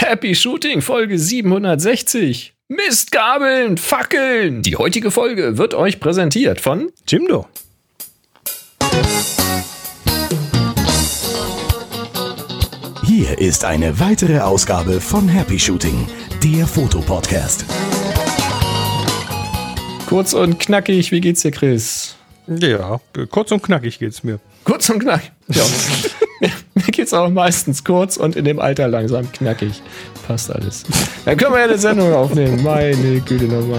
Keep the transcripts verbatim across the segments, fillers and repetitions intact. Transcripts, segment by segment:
Happy Shooting, Folge siebenhundertsechzig. Mistgabeln, Fackeln. Die heutige Folge wird euch präsentiert von Jimdo. Hier ist eine weitere Ausgabe von Happy Shooting, der Fotopodcast. Kurz und knackig, wie geht's dir, Chris? Ja, kurz und knackig geht's mir. Kurz und knackig, ja. mir, mir geht's auch meistens kurz und in dem Alter langsam knackig. Passt alles. Dann können wir ja eine Sendung aufnehmen. Meine Güte nochmal.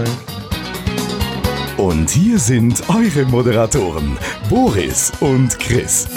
Und hier sind eure Moderatoren, Boris und Chris.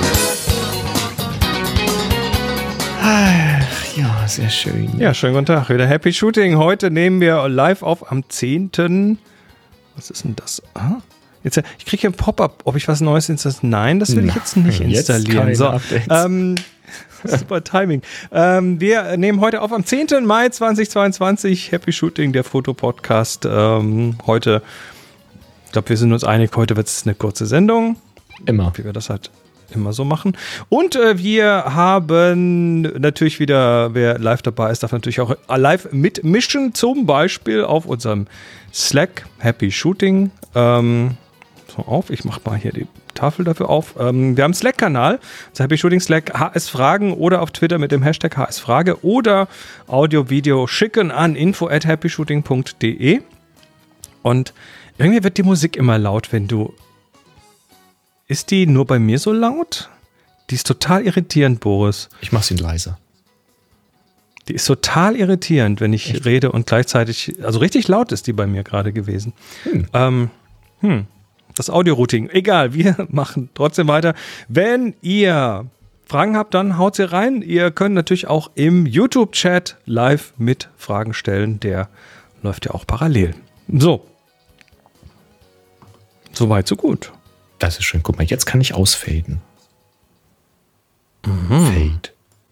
Ach, ja, sehr schön. Ja, schönen guten Tag. Wieder Happy Shooting. Heute nehmen wir live auf am zehnten Was ist denn das? Ah, jetzt, ich kriege hier ein Pop-up, ob ich was Neues installiere. Nein, das will ich jetzt nicht installieren. Jetzt so, ähm, super Timing. Ähm, wir nehmen heute auf am zehnten Mai zweitausendzweiundzwanzig Happy Shooting, der Fotopodcast. Ähm, heute, ich glaube, wir sind uns einig, heute wird es eine kurze Sendung. Immer. Wie wir das halt immer so machen. Und äh, wir haben natürlich wieder, wer live dabei ist, darf natürlich auch live mitmischen, zum Beispiel auf unserem Slack Happy Shooting. Ähm, so auf, ich mache mal hier die Tafel dafür auf. Ähm, wir haben einen Slack-Kanal, das Happy Shooting Slack H S Fragen oder auf Twitter mit dem Hashtag H S Frage oder Audio, Video schicken an info at happy shooting punkt de. Und irgendwie wird die Musik immer laut, wenn du. Ist die nur bei mir so laut? Die ist total irritierend, Boris. Ich mach sie leiser. Die ist total irritierend, wenn ich Echt? rede und gleichzeitig, also richtig laut ist die bei mir gerade gewesen. Hm. Ähm, hm. Das Audio-Routing, egal, wir machen trotzdem weiter. Wenn ihr Fragen habt, dann haut sie rein. Ihr könnt natürlich auch im YouTube-Chat live mit Fragen stellen. Der läuft ja auch parallel. So. Soweit, so gut. Das ist schön. Guck mal, jetzt kann ich ausfaden. Mhm. Fade.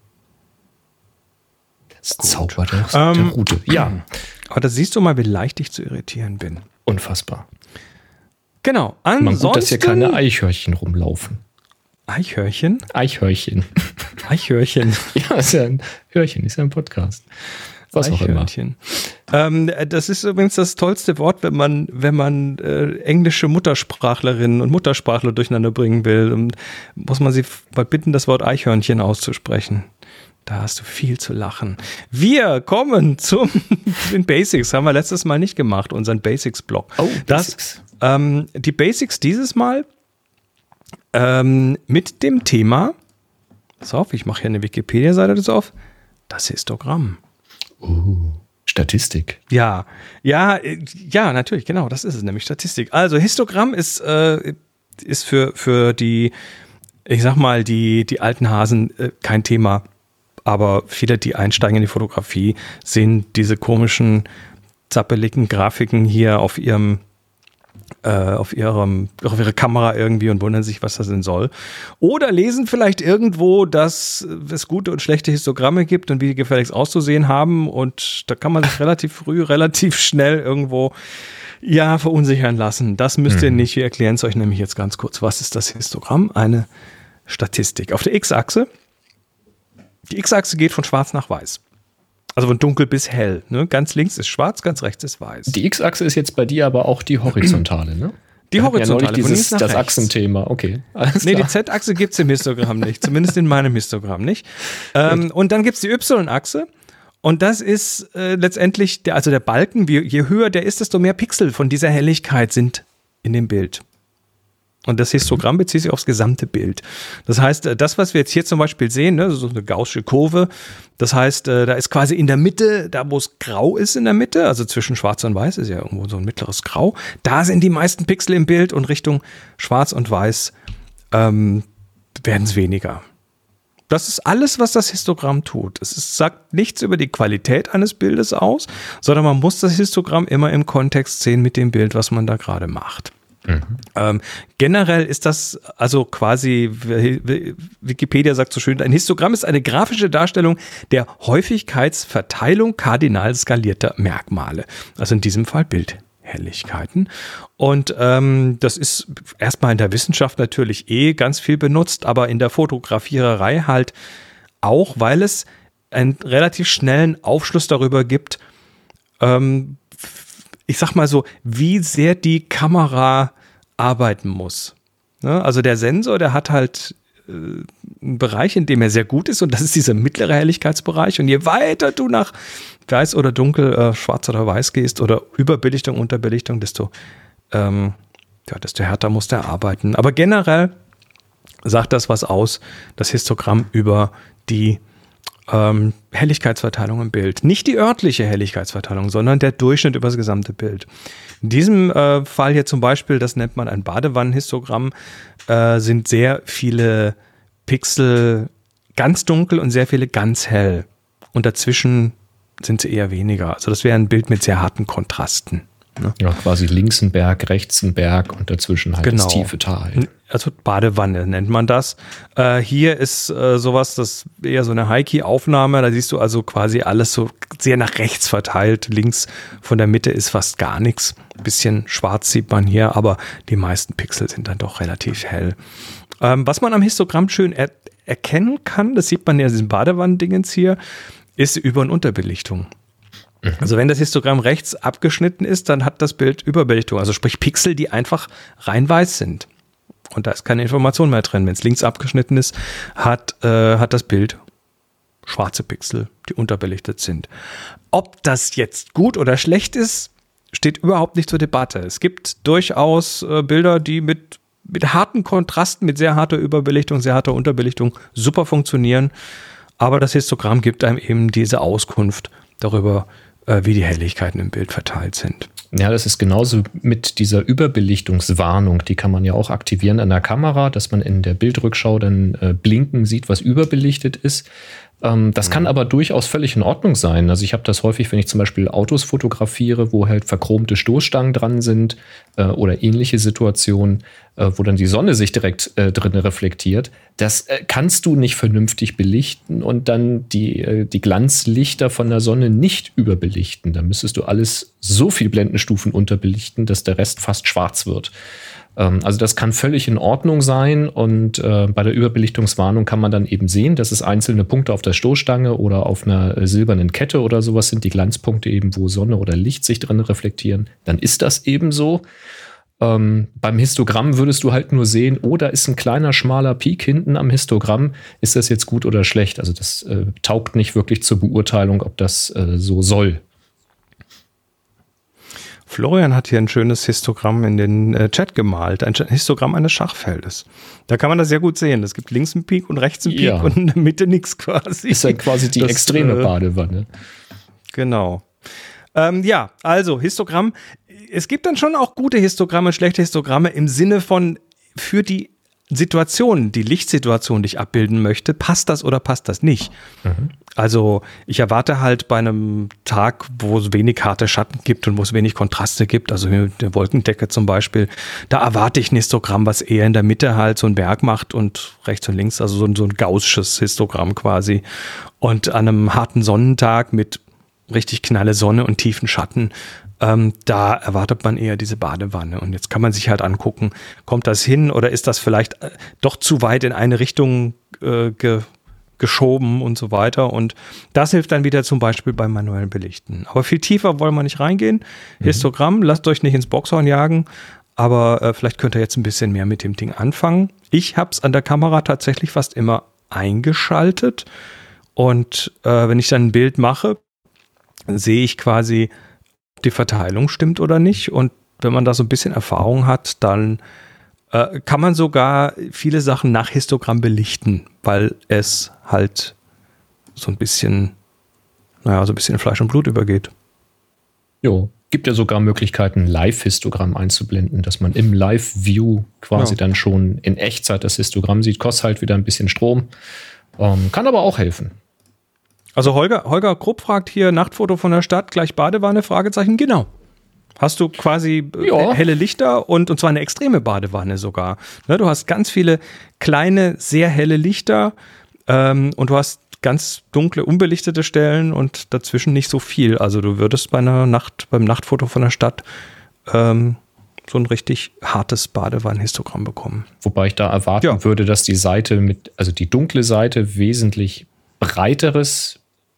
Das zaubert der, der ähm, Rute. Ja. Aber da siehst du mal, wie leicht ich zu irritieren bin. Unfassbar. Genau. Ansonsten, man gut, dass hier keine Eichhörnchen rumlaufen. Eichhörchen? Eichhörchen. Eichhörchen. Ja, ist ja ein Hörchen, ist ja ein Podcast. Was auch immer. Ähm, das ist übrigens das tollste Wort, wenn man, wenn man äh, englische Muttersprachlerinnen und Muttersprachler durcheinander bringen will. Und muss man sie mal bitten, das Wort Eichhörnchen auszusprechen. Da hast du viel zu lachen. Wir kommen zum den Basics. Haben wir letztes Mal nicht gemacht, unseren Basics-Blog. Oh, das, Basics. Ähm, die Basics dieses Mal ähm, mit dem Thema, pass auf, ich mache hier eine Wikipedia-Seite das auf, das Histogramm. Uh, Statistik. Ja, ja, ja, natürlich, genau, das ist es nämlich, Statistik. Also Histogramm ist, äh, ist für, für die, ich sag mal, die, die alten Hasen äh, kein Thema, aber viele, die einsteigen in die Fotografie, sehen diese komischen, zappeligen Grafiken hier auf ihrem äh, auf ihrem, auf ihrer Kamera irgendwie und wundern sich, was das denn soll. Oder lesen vielleicht irgendwo, dass es gute und schlechte Histogramme gibt und wie die gefälligst auszusehen haben. Und da kann man sich relativ früh, relativ schnell irgendwo ja, verunsichern lassen. Das müsst ihr nicht. Wir erklären es euch nämlich jetzt ganz kurz. Was ist das Histogramm? Eine Statistik. Auf der X-Achse, die X-Achse geht von schwarz nach weiß. Also von dunkel bis hell. Ne? Ganz links ist schwarz, ganz rechts ist weiß. Die X-Achse ist jetzt bei dir aber auch die horizontale, ne? Die horizontale, ja dieses, von links nach das rechts. Achsenthema, okay. Alles nee, klar. Die Z-Achse gibt es im Histogramm nicht, zumindest in meinem Histogramm nicht. Ähm, und dann gibt es die Y-Achse und das ist äh, letztendlich, der, also der Balken, wie, je höher der ist, desto mehr Pixel von dieser Helligkeit sind in dem Bild. Und das Histogramm bezieht sich aufs gesamte Bild. Das heißt, das, was wir jetzt hier zum Beispiel sehen, ne, so eine gaußsche Kurve, das heißt, da ist quasi in der Mitte, da wo es grau ist in der Mitte, also zwischen schwarz und weiß ist ja irgendwo so ein mittleres Grau, da sind die meisten Pixel im Bild und Richtung schwarz und weiß ähm, werden es weniger. Das ist alles, was das Histogramm tut. Es ist, sagt nichts über die Qualität eines Bildes aus, sondern man muss das Histogramm immer im Kontext sehen mit dem Bild, was man da gerade macht. Mhm. Ähm, generell ist das also quasi, Wikipedia sagt so schön, ein Histogramm ist eine grafische Darstellung der Häufigkeitsverteilung kardinal skalierter Merkmale. Also in diesem Fall Bildhelligkeiten. Und ähm, das ist erstmal in der Wissenschaft natürlich eh ganz viel benutzt, aber in der Fotografiererei halt auch, weil es einen relativ schnellen Aufschluss darüber gibt, ähm, ich sag mal so, wie sehr die Kamera arbeiten muss. Ne? Also der Sensor, der hat halt äh, einen Bereich, in dem er sehr gut ist, und das ist dieser mittlere Helligkeitsbereich. Und je weiter du nach weiß oder dunkel, äh, schwarz oder weiß gehst oder Überbelichtung, Unterbelichtung, desto, ähm, ja, desto härter muss der arbeiten. Aber generell sagt das was aus, das Histogramm über die ähm, Helligkeitsverteilung im Bild. Nicht die örtliche Helligkeitsverteilung, sondern der Durchschnitt über das gesamte Bild. In diesem äh, Fall hier zum Beispiel, das nennt man ein Badewannenhistogramm, äh, sind sehr viele Pixel ganz dunkel und sehr viele ganz hell. Und dazwischen sind sie eher weniger. Also das wäre ein Bild mit sehr harten Kontrasten. Ne? Ja, quasi links ein Berg, rechts ein Berg und dazwischen halt genau. das tiefe Tal. Also Badewanne nennt man das. Äh, hier ist äh, sowas, das eher so eine High-Key-Aufnahme. Da siehst du also quasi alles so sehr nach rechts verteilt. Links von der Mitte ist fast gar nichts. Ein bisschen schwarz sieht man hier, aber die meisten Pixel sind dann doch relativ hell. Ähm, was man am Histogramm schön er- erkennen kann, das sieht man ja in diesem Badewannendingens hier, ist Über- und Unterbelichtung. Also wenn das Histogramm rechts abgeschnitten ist, dann hat das Bild Überbelichtung, also sprich Pixel, die einfach rein weiß sind. Und da ist keine Information mehr drin. Wenn es links abgeschnitten ist, hat, äh, hat das Bild schwarze Pixel, die unterbelichtet sind. Ob das jetzt gut oder schlecht ist, steht überhaupt nicht zur Debatte. Es gibt durchaus äh, Bilder, die mit, mit harten Kontrasten, mit sehr harter Überbelichtung, sehr harter Unterbelichtung super funktionieren. Aber das Histogramm gibt einem eben diese Auskunft darüber, äh, wie die Helligkeiten im Bild verteilt sind. Ja, das ist genauso mit dieser Überbelichtungswarnung. Die kann man ja auch aktivieren an der Kamera, dass man in der Bildrückschau dann äh, blinken sieht, was überbelichtet ist. Ähm, das mhm. kann aber durchaus völlig in Ordnung sein. Also ich habe das häufig, wenn ich zum Beispiel Autos fotografiere, wo halt verchromte Stoßstangen dran sind äh, oder ähnliche Situationen, äh, wo dann die Sonne sich direkt äh, drin reflektiert. Das äh, kannst du nicht vernünftig belichten und dann die, äh, die Glanzlichter von der Sonne nicht überbelichten. Da müsstest du alles so viel Blendenstufen unterbelichten, dass der Rest fast schwarz wird. Ähm, also das kann völlig in Ordnung sein und äh, bei der Überbelichtungswarnung kann man dann eben sehen, dass es einzelne Punkte auf der Stoßstange oder auf einer äh, silbernen Kette oder sowas sind, die Glanzpunkte eben, wo Sonne oder Licht sich drin reflektieren. Dann ist das eben so. Ähm, beim Histogramm würdest du halt nur sehen, oh, da ist ein kleiner, schmaler Peak hinten am Histogramm. Ist das jetzt gut oder schlecht? Also das äh, taugt nicht wirklich zur Beurteilung, ob das äh, so soll. Florian hat hier ein schönes Histogramm in den äh, Chat gemalt. Ein Histogramm eines Schachfeldes. Da kann man das sehr gut sehen. Es gibt links einen Peak und rechts einen Peak ja. und in der Mitte nichts quasi. Ist ja quasi die das, extreme äh, Badewanne. Genau. Ähm, ja, also Histogramm. Es gibt dann schon auch gute Histogramme, schlechte Histogramme im Sinne von für die Situation, die Lichtsituation, die ich abbilden möchte, passt das oder passt das nicht? Mhm. Also ich erwarte halt bei einem Tag, wo es wenig harte Schatten gibt und wo es wenig Kontraste gibt, also mit der Wolkendecke zum Beispiel, da erwarte ich ein Histogramm, was eher in der Mitte halt so einen Berg macht und rechts und links, also so ein, so ein gaußsches Histogramm quasi. Und an einem harten Sonnentag mit richtig knalle Sonne und tiefen Schatten, Ähm, da erwartet man eher diese Badewanne. Und jetzt kann man sich halt angucken, kommt das hin oder ist das vielleicht äh, doch zu weit in eine Richtung äh, ge- geschoben und so weiter. Und das hilft dann wieder zum Beispiel beim manuellen Belichten. Aber viel tiefer wollen wir nicht reingehen. Mhm. Histogramm, lasst euch nicht ins Boxhorn jagen, aber äh, vielleicht könnt ihr jetzt ein bisschen mehr mit dem Ding anfangen. Ich habe es an der Kamera tatsächlich fast immer eingeschaltet. Und äh, wenn ich dann ein Bild mache, sehe ich quasi, die Verteilung stimmt oder nicht. Und wenn man da so ein bisschen Erfahrung hat, dann äh, kann man sogar viele Sachen nach Histogramm belichten, weil es halt so ein bisschen, naja, so ein bisschen in Fleisch und Blut übergeht. Jo, gibt ja sogar Möglichkeiten, Live-Histogramm einzublenden, dass man im Live-View quasi ja. dann schon in Echtzeit das Histogramm sieht. Kostet halt wieder ein bisschen Strom, ähm, kann aber auch helfen. Also Holger, Holger Krupp fragt hier, Nachtfoto von der Stadt, gleich Badewanne, Fragezeichen, genau. Hast du quasi ja. helle Lichter und, und zwar eine extreme Badewanne sogar. Ne, du hast ganz viele kleine, sehr helle Lichter ähm, und du hast ganz dunkle, unbelichtete Stellen und dazwischen nicht so viel. Also du würdest bei einer Nacht, beim Nachtfoto von der Stadt ähm, so ein richtig hartes Badewannenhistogramm bekommen. Wobei ich da erwarten ja. würde, dass die Seite mit, also die dunkle Seite wesentlich breiteres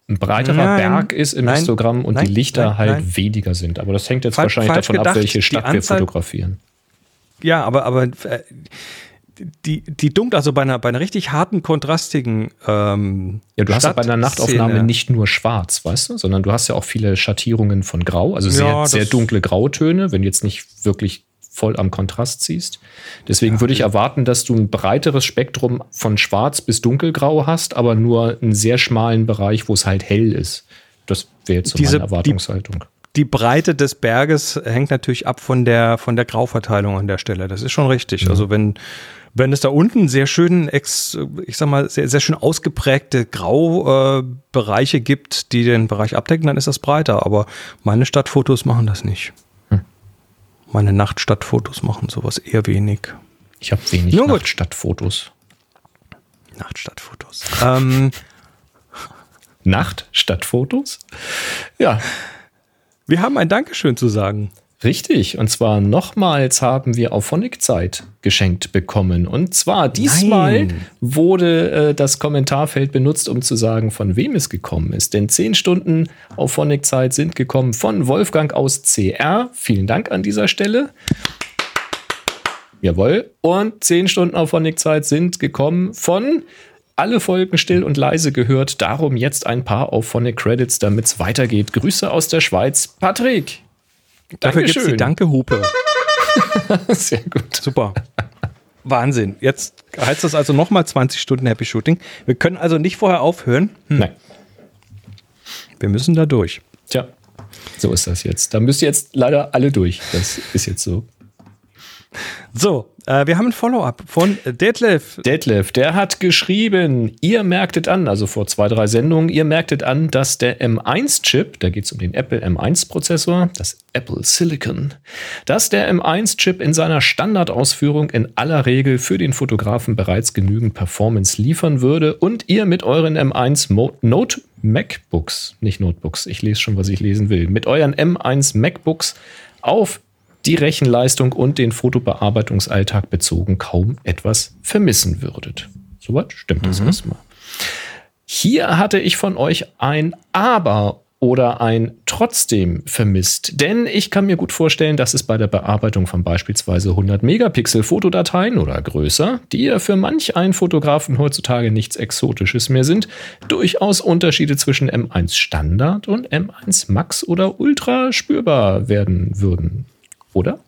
ein breiterer Nein, Berg ist im nein, Histogramm und nein, die Lichter nein, halt nein. weniger sind. Aber das hängt jetzt Fal- wahrscheinlich falsch davon ab, gedacht. welche Die Stadt wir Anzahl- fotografieren. Ja, aber, aber äh, die, die dunkel, also bei einer, bei einer richtig harten, kontrastigen ähm, Ja, du hast ja bei einer Nachtaufnahme Szene- nicht nur schwarz, weißt du, sondern du hast ja auch viele Schattierungen von Grau, also sehr, Ja, das- sehr dunkle Grautöne, wenn du jetzt nicht wirklich voll am Kontrast ziehst. Deswegen würde ich erwarten, dass du ein breiteres Spektrum von schwarz bis dunkelgrau hast, aber nur einen sehr schmalen Bereich, wo es halt hell ist. Das wäre jetzt so Diese- meine Erwartungshaltung. Die Breite des Berges hängt natürlich ab von der, von der Grauverteilung an der Stelle. Das ist schon richtig. Mhm. Also wenn, wenn es da unten sehr schön, ex, ich sag mal, sehr, sehr schön ausgeprägte Graubereiche äh, gibt, die den Bereich abdecken, dann ist das breiter. Aber meine Stadtfotos machen das nicht. Hm. Meine Nachtstadtfotos machen sowas eher wenig. Ich habe wenig Nur gut. Nachtstadtfotos. Nachtstadtfotos. ähm, Nachtstadtfotos? Ja, wir haben ein Dankeschön zu sagen. richtig. Und zwar nochmals haben wir Auphonic-Zeit geschenkt bekommen. Und zwar diesmal Nein. wurde äh, das Kommentarfeld benutzt, um zu sagen, von wem es gekommen ist. Denn zehn Stunden Auphonic-Zeit sind gekommen von Wolfgang aus C R. Vielen Dank an dieser Stelle. Jawohl. Und zehn Stunden Auphonic-Zeit sind gekommen von alle Folgen still und leise gehört. Darum jetzt ein paar Auphonic Credits, damit es weitergeht. Grüße aus der Schweiz, Patrick. Dafür gibt es die Danke-Hupe. Sehr gut. Super. Wahnsinn. Jetzt heißt das also nochmal zwanzig Stunden Happy Shooting. Wir können also nicht vorher aufhören. Hm. Nein. Wir müssen da durch. Tja, so ist das jetzt. Da müsst ihr jetzt leider alle durch. Das ist jetzt so. So, äh, wir haben ein Follow-up von Detlef. Detlef, der hat geschrieben, ihr merktet an, also vor zwei, drei Sendungen, ihr merktet an, dass der M eins Chip, da geht es um den Apple M eins Prozessor, das Apple Silicon, dass der M eins Chip in seiner Standardausführung in aller Regel für den Fotografen bereits genügend Performance liefern würde und ihr mit euren M eins Mo- Note MacBooks, nicht Notebooks, ich lese schon, was ich lesen will, mit euren M eins MacBooks auf die Rechenleistung und den Fotobearbeitungsalltag bezogen kaum etwas vermissen würdet. Soweit stimmt das Mhm. erstmal. Hier hatte ich von euch ein Aber oder ein Trotzdem vermisst, denn ich kann mir gut vorstellen, dass es bei der Bearbeitung von beispielsweise hundert Megapixel Fotodateien oder größer, die ja für manch einen Fotografen heutzutage nichts Exotisches mehr sind, durchaus Unterschiede zwischen M eins Standard und M eins Max oder Ultra spürbar werden würden. Oder?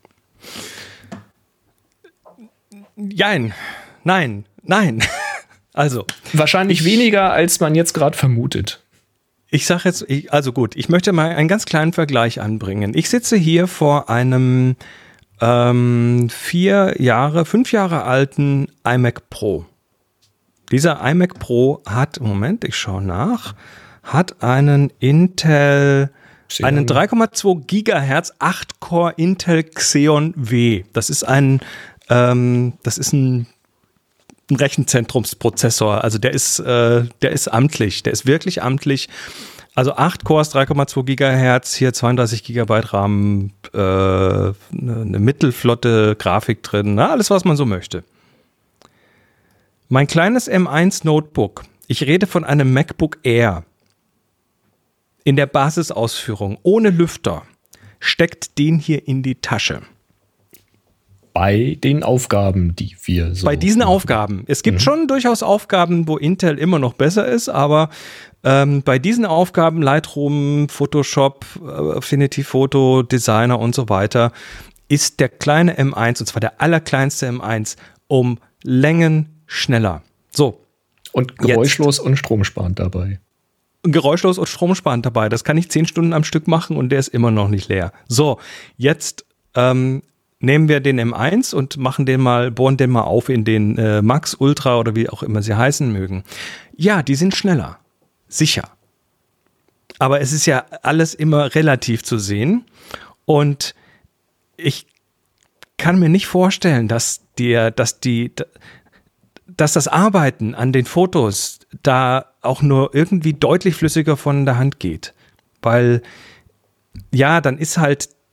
Nein, nein, nein. Also, Wahrscheinlich Ich- weniger, als man jetzt gerade vermutet. ich sage jetzt, ich, also gut, ich möchte mal einen ganz kleinen Vergleich anbringen. Ich sitze hier vor einem ähm, vier Jahre, fünf Jahre alten iMac Pro. Dieser iMac Pro hat, Moment, ich schaue nach, hat einen Intel, Xeon. einen drei Komma zwei Gigahertz acht Core Intel Xeon W. Das ist ein, ähm, das ist ein, ein Rechenzentrumsprozessor. Also der ist, äh, der ist amtlich, der ist wirklich amtlich. Also acht Cores, drei Komma zwei Gigahertz, hier zweiunddreißig Gigabyte RAM, äh, eine, eine mittelflotte Grafik drin, na, alles, was man so möchte. Mein kleines M eins Notebook, ich rede von einem MacBook Air, in der Basisausführung, ohne Lüfter, steckt den hier in die Tasche. Bei den Aufgaben, die wir so Bei diesen machen. Aufgaben. Es gibt schon durchaus Aufgaben, wo Intel immer noch besser ist, aber ähm, bei diesen Aufgaben, Lightroom, Photoshop, äh, Affinity Photo, Designer und so weiter, ist der kleine M eins, und zwar der allerkleinste M eins, um Längen schneller. So, Und geräuschlos und stromsparend dabei. geräuschlos und stromsparend dabei. Das kann ich zehn Stunden am Stück machen und der ist immer noch nicht leer. So, jetzt ähm, nehmen wir den M eins und machen den mal, bohren den mal auf in den äh, Max, Ultra oder wie auch immer sie heißen mögen. Ja, die sind schneller. Sicher. Aber es ist ja alles immer relativ zu sehen. Und ich kann mir nicht vorstellen, dass dir, dass die, dass das Arbeiten an den Fotos da auch nur irgendwie deutlich flüssiger von der Hand geht. Weil, ja, dann ist halt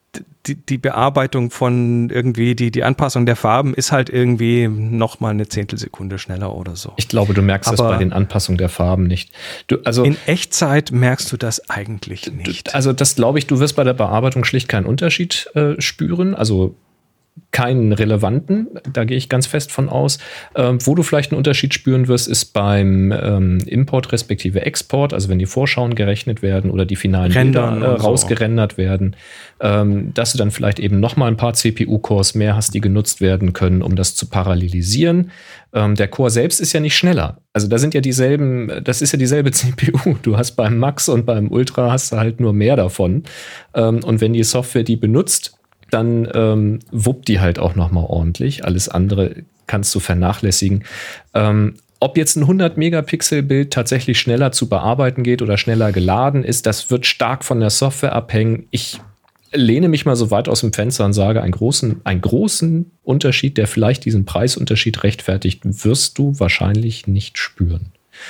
die, die Bearbeitung von irgendwie, die, die Anpassung der Farben ist halt irgendwie nochmal eine Zehntelsekunde schneller oder so. Ich glaube, du merkst Aber das bei den Anpassungen der Farben nicht. Du, also, in Echtzeit merkst du das eigentlich nicht. Du, also das glaube ich, du wirst bei der Bearbeitung schlicht keinen Unterschied äh, spüren. Also keinen relevanten, da gehe ich ganz fest von aus. Ähm, wo du vielleicht einen Unterschied spüren wirst, ist beim ähm, Import respektive Export, also wenn die Vorschauen gerechnet werden oder die finalen Rendern Bilder äh, so. rausgerendert werden, ähm, dass du dann vielleicht eben noch mal ein paar C P U-Cores mehr hast, die genutzt werden können, um das zu parallelisieren. Ähm, der Core selbst ist ja nicht schneller. Also da sind ja dieselben, das ist ja dieselbe C P U. Du hast beim Max und beim Ultra hast du halt nur mehr davon. Ähm, und wenn die Software die benutzt, dann ähm, wuppt die halt auch noch mal ordentlich. Alles andere kannst du vernachlässigen. Ähm, ob jetzt ein hundert Megapixel Bild tatsächlich schneller zu bearbeiten geht oder schneller geladen ist, das wird stark von der Software abhängen. Ich lehne mich mal so weit aus dem Fenster und sage, einen großen, einen großen Unterschied, der vielleicht diesen Preisunterschied rechtfertigt, wirst du wahrscheinlich nicht spüren.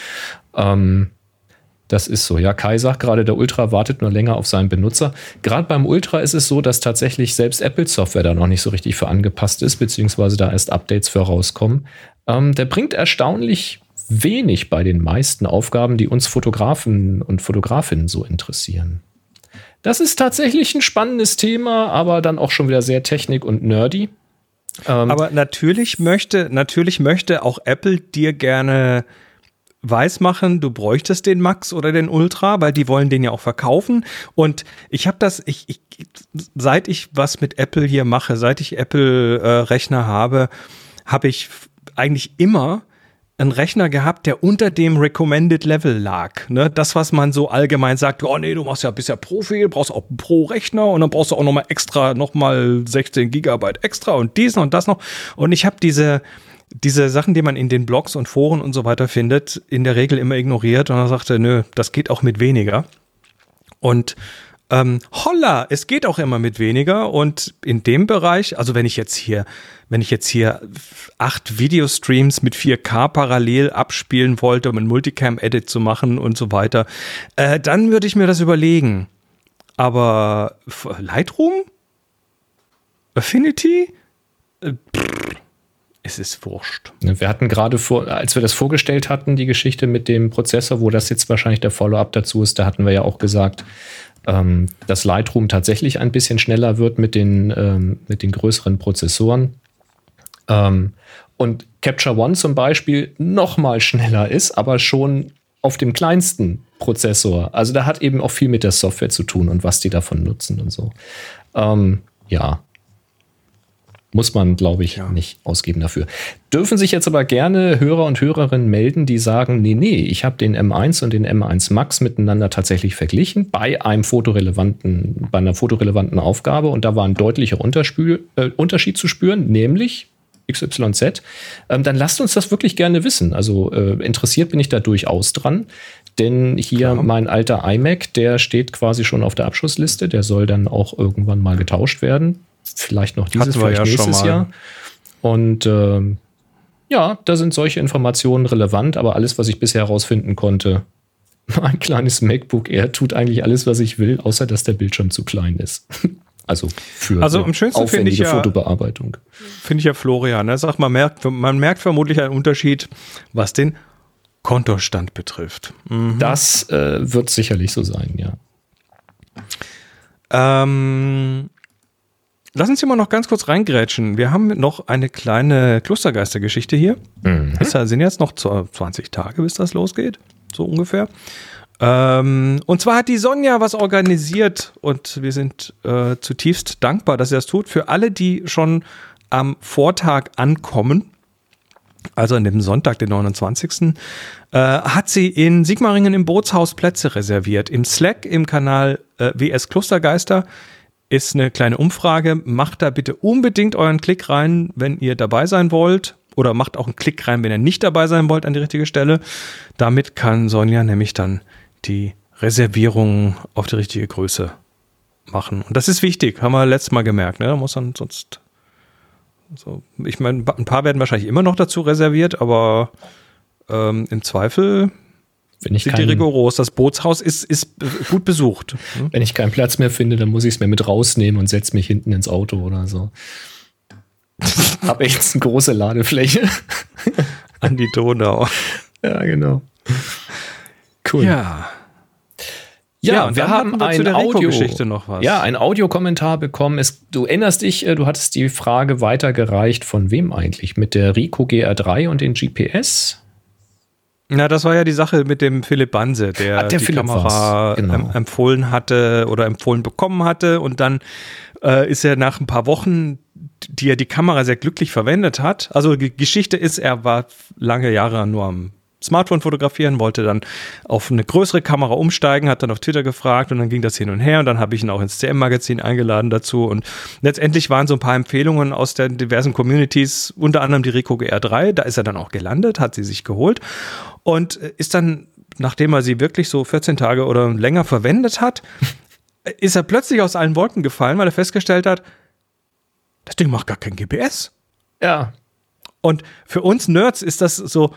Ähm, Das ist so. Ja, Kai sagt gerade, der Ultra wartet nur länger auf seinen Benutzer. Gerade beim Ultra ist es so, dass tatsächlich selbst Apple-Software da noch nicht so richtig für angepasst ist, beziehungsweise da erst Updates für rauskommen. Ähm, der bringt erstaunlich wenig bei den meisten Aufgaben, die uns Fotografen und Fotografinnen so interessieren. Das ist tatsächlich ein spannendes Thema, aber dann auch schon wieder sehr technik- und nerdy. Ähm, aber natürlich möchte, natürlich möchte auch Apple dir gerne weismachen, du bräuchtest den Max oder den Ultra, weil die wollen den ja auch verkaufen. Und ich habe das, ich, ich, seit ich was mit Apple hier mache, seit ich Apple-Rechner äh, habe, habe ich eigentlich immer einen Rechner gehabt, der unter dem Recommended Level lag. Ne? Das, was man so allgemein sagt, oh nee, du machst ja bist ja Profi, brauchst auch einen Pro-Rechner und dann brauchst du auch nochmal extra, nochmal sechzehn Gigabyte extra und diesen und das noch. Und ich habe diese Diese Sachen, die man in den Blogs und Foren und so weiter findet, in der Regel immer ignoriert und er sagte, nö, das geht auch mit weniger. Und ähm, holla, es geht auch immer mit weniger und in dem Bereich, also wenn ich jetzt hier, wenn ich jetzt hier acht Videostreams mit vier K parallel abspielen wollte, um ein Multicam-Edit zu machen und so weiter, äh, dann würde ich mir das überlegen. Aber Lightroom? Affinity? Äh, pff. Es ist wurscht. Wir hatten gerade vor, als wir das vorgestellt hatten, die Geschichte mit dem Prozessor, wo das jetzt wahrscheinlich der Follow-up dazu ist, da hatten wir ja auch gesagt, ähm, dass Lightroom tatsächlich ein bisschen schneller wird mit den, ähm, mit den größeren Prozessoren. Ähm, und Capture One zum Beispiel noch mal schneller ist, aber schon auf dem kleinsten Prozessor. Also da hat eben auch viel mit der Software zu tun und was die davon nutzen und so. Ähm, ja. Muss man, glaube ich, ja. nicht ausgeben dafür. Dürfen sich jetzt aber gerne Hörer und Hörerinnen melden, die sagen, nee, nee, ich habe den M eins und den M eins Max miteinander tatsächlich verglichen bei einem fotorelevanten, bei einer fotorelevanten Aufgabe und da war ein deutlicher Unterspül, äh, Unterschied zu spüren, nämlich X Y Z. Ähm, dann lasst uns das wirklich gerne wissen. Also äh, interessiert bin ich da durchaus dran, denn hier Klar. mein alter iMac, der steht quasi schon auf der Abschussliste, der soll dann auch irgendwann mal getauscht werden. Vielleicht noch dieses, vielleicht ja nächstes Jahr. Und ähm, ja, da sind solche Informationen relevant, aber alles, was ich bisher herausfinden konnte, mein kleines MacBook Air tut eigentlich alles, was ich will, außer dass der Bildschirm zu klein ist. Also für also am schönsten finde ich ja, Fotobearbeitung. Finde ich ja Florian. Ne? Sagt, man merkt, man merkt vermutlich einen Unterschied, was den Kontostand betrifft. Mhm. Das äh, wird sicherlich so sein, ja. Ähm Lass uns hier mal noch ganz kurz reingrätschen. Wir haben noch eine kleine Klostergeister-Geschichte hier. Mhm. Es sind jetzt noch zwanzig Tage, bis das losgeht. So ungefähr. Ähm, und zwar hat die Sonja was organisiert und wir sind äh, zutiefst dankbar, dass sie das tut. Für alle, die schon am Vortag ankommen, also an dem Sonntag, den neunundzwanzigsten, äh, hat sie in Sigmaringen im Bootshaus Plätze reserviert. Im Slack, im Kanal äh, W S Klostergeister, ist eine kleine Umfrage. Macht da bitte unbedingt euren Klick rein, wenn ihr dabei sein wollt. Oder macht auch einen Klick rein, wenn ihr nicht dabei sein wollt an die richtige Stelle. Damit kann Sonja nämlich dann die Reservierung auf die richtige Größe machen. Und das ist wichtig, haben wir letztes Mal gemerkt. Ne? Da muss dann sonst so, ich meine, ein paar werden wahrscheinlich immer noch dazu reserviert, aber ähm, im Zweifel Wenn ich sind kein, die rigoros. Das Bootshaus ist, ist gut besucht. Wenn ich keinen Platz mehr finde, dann muss ich es mir mit rausnehmen und setze mich hinten ins Auto oder so. Hab echt eine große Ladefläche. An die Donau. Ja, genau. Cool. Ja. Ja, ja und wir haben wir ein zu der Audio, Rico-Geschichte noch was. Ja, ein Audiokommentar bekommen. Es, du erinnerst dich, du hattest die Frage weitergereicht, von wem eigentlich? Mit der Ricoh G R drei und den G P S? Na, das war ja die Sache mit dem Philipp Banse, der, ah, der die Philipp Kamera genau. em- empfohlen hatte oder empfohlen bekommen hatte. Und dann äh, ist er nach ein paar Wochen, die er die Kamera sehr glücklich verwendet hat. Also die Geschichte ist, er war lange Jahre nur am Smartphone fotografieren, wollte dann auf eine größere Kamera umsteigen, hat dann auf Twitter gefragt und dann ging das hin und her und dann habe ich ihn auch ins C M-Magazin eingeladen dazu und letztendlich waren so ein paar Empfehlungen aus den diversen Communities, unter anderem die Ricoh G R drei, da ist er dann auch gelandet, hat sie sich geholt und ist dann, nachdem er sie wirklich so vierzehn Tage oder länger verwendet hat, ist er plötzlich aus allen Wolken gefallen, weil er festgestellt hat, das Ding macht gar kein G P S. Ja. Und für uns Nerds ist das so,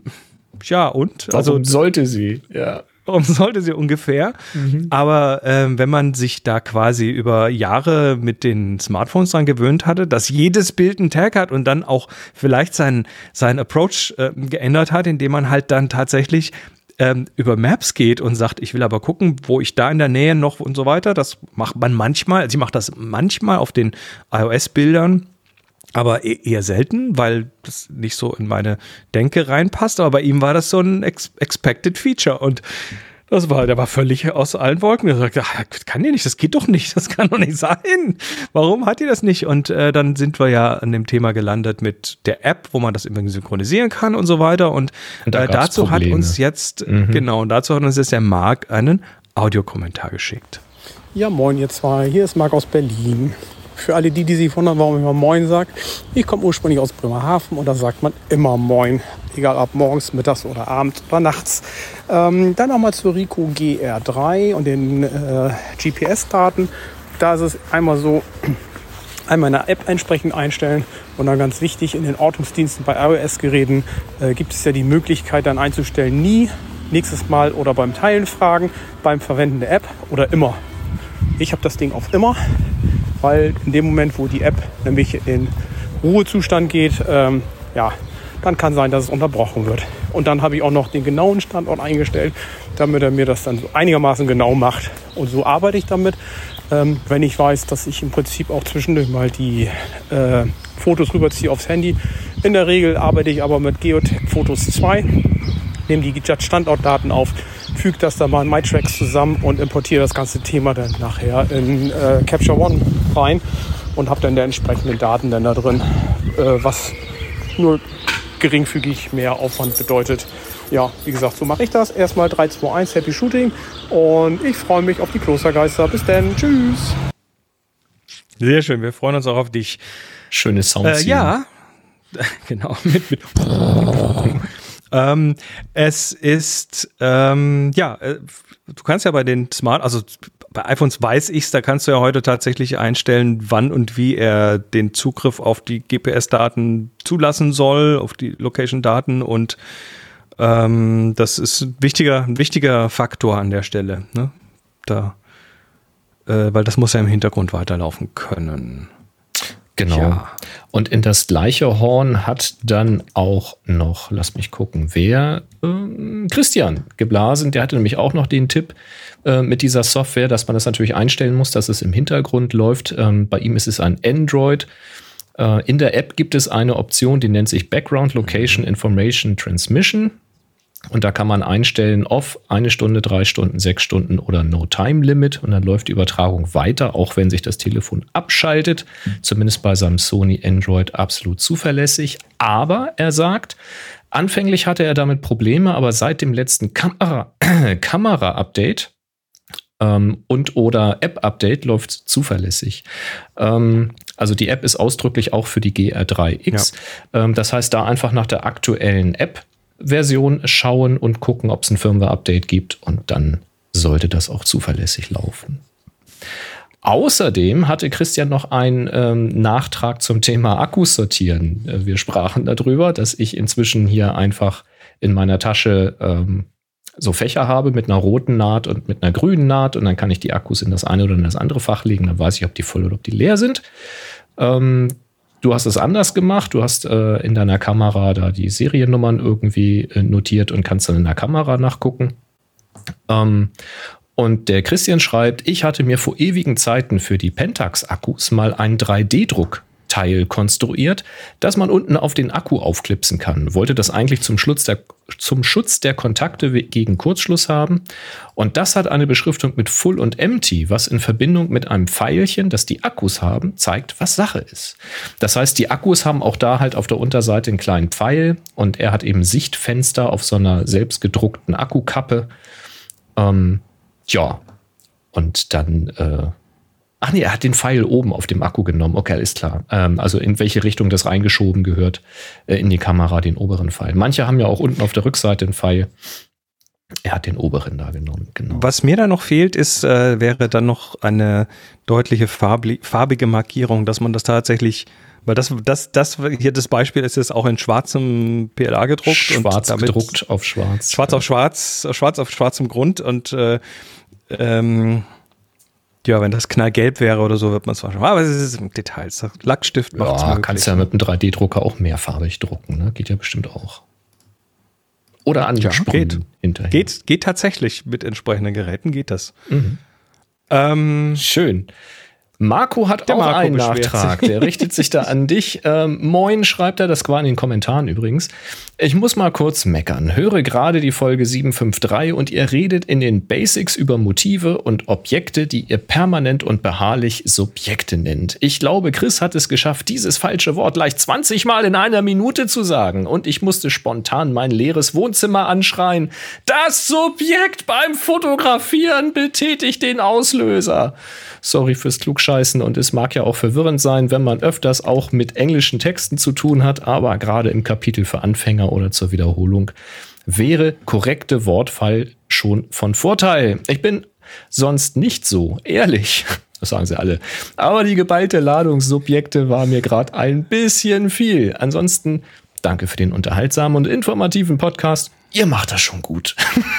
ja und? Warum also sollte sie? Ja. Warum sollte sie ungefähr? Mhm. Aber ähm, wenn man sich da quasi über Jahre mit den Smartphones dran gewöhnt hatte, dass jedes Bild einen Tag hat und dann auch vielleicht seinen sein Approach äh, geändert hat, indem man halt dann tatsächlich ähm, über Maps geht und sagt, ich will aber gucken, wo ich da in der Nähe noch und so weiter. Das macht man manchmal, also ich mache das manchmal auf den iOS-Bildern, aber eher selten, weil das nicht so in meine Denke reinpasst. Aber bei ihm war das so ein ex- expected Feature und das war, der war völlig aus allen Wolken. Er sagte, ach, das kann die nicht, das geht doch nicht, das kann doch nicht sein. Warum hat die das nicht? Und äh, dann sind wir ja an dem Thema gelandet mit der App, wo man das übrigens synchronisieren kann und so weiter. Und, und da äh, dazu Probleme. hat uns jetzt, mhm. genau, und dazu hat uns jetzt der Marc einen Audiokommentar geschickt. Ja, moin ihr zwei, hier ist Marc aus Berlin. Für alle die, die sich wundern, warum ich mal Moin sage, ich komme ursprünglich aus Bremerhaven und da sagt man immer Moin, egal ob morgens, mittags oder abends oder nachts. Ähm, dann nochmal zur Ricoh G R drei und den äh, G P S-Daten. Da ist es einmal so, einmal in der App entsprechend einstellen und dann ganz wichtig, in den Ortungsdiensten bei iOS-Geräten äh, gibt es ja die Möglichkeit dann einzustellen, nie, nächstes Mal oder beim Teilen fragen, beim Verwenden der App oder immer. Ich habe das Ding auf immer, weil in dem Moment, wo die App nämlich in den Ruhezustand geht, ähm, ja, dann kann sein, dass es unterbrochen wird. Und dann habe ich auch noch den genauen Standort eingestellt, damit er mir das dann so einigermaßen genau macht. Und so arbeite ich damit, ähm, wenn ich weiß, dass ich im Prinzip auch zwischendurch mal die äh, Fotos rüberziehe aufs Handy. In der Regel arbeite ich aber mit Geotech Photos zwei, nehme die Standortdaten auf, füge das dann mal in MyTracks zusammen und importiere das ganze Thema dann nachher in äh, Capture One rein und habe dann die entsprechenden Daten dann da drin, äh, was nur geringfügig mehr Aufwand bedeutet. Ja, wie gesagt, so mache ich das. Erstmal drei, zwei, eins, Happy Shooting und ich freue mich auf die Klostergeister. Bis dann, tschüss. Sehr schön, wir freuen uns auch auf dich. Schöne Sound. Äh, ja, genau, mit, mit Ähm, es ist, ähm, ja, äh, du kannst ja bei den Smart, also bei iPhones weiß ich's, da kannst du ja heute tatsächlich einstellen, wann und wie er den Zugriff auf die G P S-Daten zulassen soll, auf die Location-Daten und ähm, das ist ein wichtiger, ein wichtiger Faktor an der Stelle, ne? Da, äh, weil das muss ja im Hintergrund weiterlaufen können. Genau. Ja. Und in das gleiche Horn hat dann auch noch, lass mich gucken, wer? Ähm, Christian geblasen. Der hatte nämlich auch noch den Tipp äh, mit dieser Software, dass man das natürlich einstellen muss, dass es im Hintergrund läuft. Ähm, bei ihm ist es ein Android. Äh, in der App gibt es eine Option, die nennt sich Background Location Information Transmission. Und da kann man einstellen auf eine Stunde, drei Stunden, sechs Stunden oder No Time Limit. Und dann läuft die Übertragung weiter, auch wenn sich das Telefon abschaltet. Zumindest bei seinem Sony Android absolut zuverlässig. Aber er sagt, anfänglich hatte er damit Probleme, aber seit dem letzten Kamera, Kamera-Update ähm, und oder App-Update läuft es zuverlässig. Ähm, also die App ist ausdrücklich auch für die G R drei X. Ja. Ähm, das heißt, da einfach nach der aktuellen App Version schauen und gucken, ob es ein Firmware-Update gibt und dann sollte das auch zuverlässig laufen. Außerdem hatte Christian noch einen ähm, Nachtrag zum Thema Akkus sortieren. Wir sprachen darüber, dass ich inzwischen hier einfach in meiner Tasche ähm, so Fächer habe mit einer roten Naht und mit einer grünen Naht und dann kann ich die Akkus in das eine oder in das andere Fach legen, dann weiß ich, ob die voll oder ob die leer sind. Ähm, du hast es anders gemacht, du hast äh, in deiner Kamera da die Seriennummern irgendwie äh, notiert und kannst dann in der Kamera nachgucken. Ähm, und der Christian schreibt, ich hatte mir vor ewigen Zeiten für die Pentax-Akkus mal einen drei D Druck Teil konstruiert, das man unten auf den Akku aufklipsen kann. Wollte das eigentlich zum Schutz der, zum Schutz der Kontakte gegen Kurzschluss haben. Und das hat eine Beschriftung mit Full und Empty, was in Verbindung mit einem Pfeilchen, das die Akkus haben, zeigt, was Sache ist. Das heißt, die Akkus haben auch da halt auf der Unterseite einen kleinen Pfeil und er hat eben Sichtfenster auf so einer selbstgedruckten Akkukappe. Ähm, ja, und dann äh, Ach nee, er hat den Pfeil oben auf dem Akku genommen. Okay, ist klar. Ähm, also in welche Richtung das reingeschoben gehört äh, in die Kamera, den oberen Pfeil. Manche haben ja auch unten auf der Rückseite einen Pfeil. Er hat den oberen da genommen, genau. Was mir da noch fehlt, ist, äh, wäre dann noch eine deutliche farbli- farbige Markierung, dass man das tatsächlich, weil das, das, das hier das Beispiel ist jetzt auch in schwarzem P L A gedruckt. Schwarz und damit gedruckt auf schwarz. Schwarz auf schwarz, schwarz auf schwarzem Grund und äh, ähm, ja, wenn das knallgelb wäre oder so, wird man es wahrscheinlich. Aber es ist Details. Lackstift macht es ja, kannst ja mit einem drei D Drucker auch mehrfarbig drucken, ne? Geht ja bestimmt auch. Oder an ja, geht. hinterher. Geht, geht tatsächlich mit entsprechenden Geräten, geht das. Mhm. Ähm, Schön. Marco hat Der auch Marco einen beschwert Nachtrag, sich. der richtet sich da an dich. Ähm, moin, schreibt er, das war in den Kommentaren übrigens. Ich muss mal kurz meckern. Höre gerade die Folge sieben fünf drei und ihr redet in den Basics über Motive und Objekte, die ihr permanent und beharrlich Subjekte nennt. Ich glaube, Chris hat es geschafft, dieses falsche Wort gleich zwanzig Mal in einer Minute zu sagen. Und ich musste spontan mein leeres Wohnzimmer anschreien. Das Subjekt beim Fotografieren betätigt den Auslöser. Sorry fürs Klugscheißen und es mag ja auch verwirrend sein, wenn man öfters auch mit englischen Texten zu tun hat, aber gerade im Kapitel für Anfänger oder zur Wiederholung wäre korrekte Wortwahl schon von Vorteil. Ich bin sonst nicht so ehrlich, das sagen sie alle, aber die geballte Ladung Subjekte war mir gerade ein bisschen viel. Ansonsten danke für den unterhaltsamen und informativen Podcast. Ihr macht das schon gut.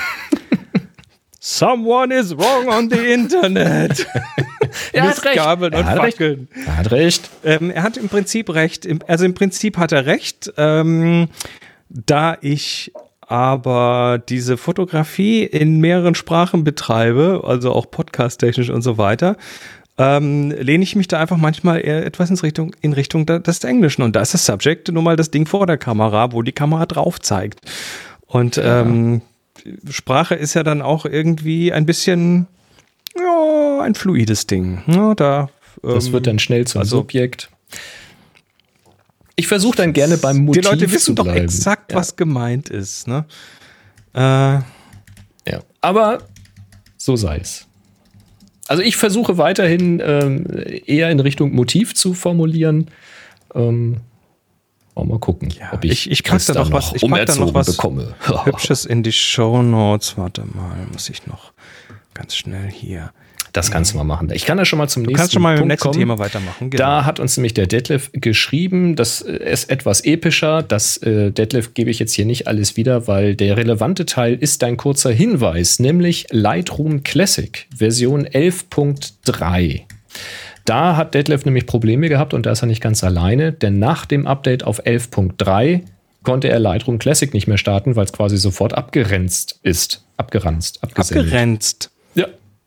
Someone is wrong on the Internet. Er hat recht. Gabeln Er und hat recht. Fackeln. Er hat recht. Ähm, er hat im Prinzip recht. Im- Also im Prinzip hat er recht. Ähm, da ich aber diese Fotografie in mehreren Sprachen betreibe, also auch podcast-technisch und so weiter, ähm, lehne ich mich da einfach manchmal eher etwas in Richtung, in Richtung da- des Englischen. Und da ist das Subject nun mal das Ding vor der Kamera, wo die Kamera drauf zeigt. Und ähm, Sprache ist ja dann auch irgendwie ein bisschen, ja, ein fluides Ding. Ja, da, Das ähm, wird dann schnell zum also- Subjekt. Ich versuche dann gerne beim Die Motiv Leute zu wissen doch bleiben. exakt, ja. was gemeint ist. Ne? Äh, Ja. Aber so sei es. Also ich versuche weiterhin ähm, eher in Richtung Motiv zu formulieren. Ähm, mal gucken, Ja, ob ich, ich- ich pack das da dann noch was- ich pack da umerzogen noch was bekomme. Hübsches in die Shownotes. Warte mal, muss ich noch ganz schnell hier. Das kannst du mal machen. Ich kann ja schon mal zum Du nächsten kannst schon mal mit dem Punkt nächsten kommen. Thema weitermachen. Genau. Da hat uns nämlich der Detlef geschrieben, das ist etwas epischer. Das äh, Detlef gebe ich jetzt hier nicht alles wieder, weil der relevante Teil ist ein kurzer Hinweis, nämlich Lightroom Classic Version elf Punkt drei. Da hat Detlef nämlich Probleme gehabt und da ist er nicht ganz alleine, denn nach dem Update auf elf Punkt drei konnte er Lightroom Classic nicht mehr starten, weil es quasi sofort abgeranzt ist. Abgeranzt, abgesendet. Abgerenzt. Ja.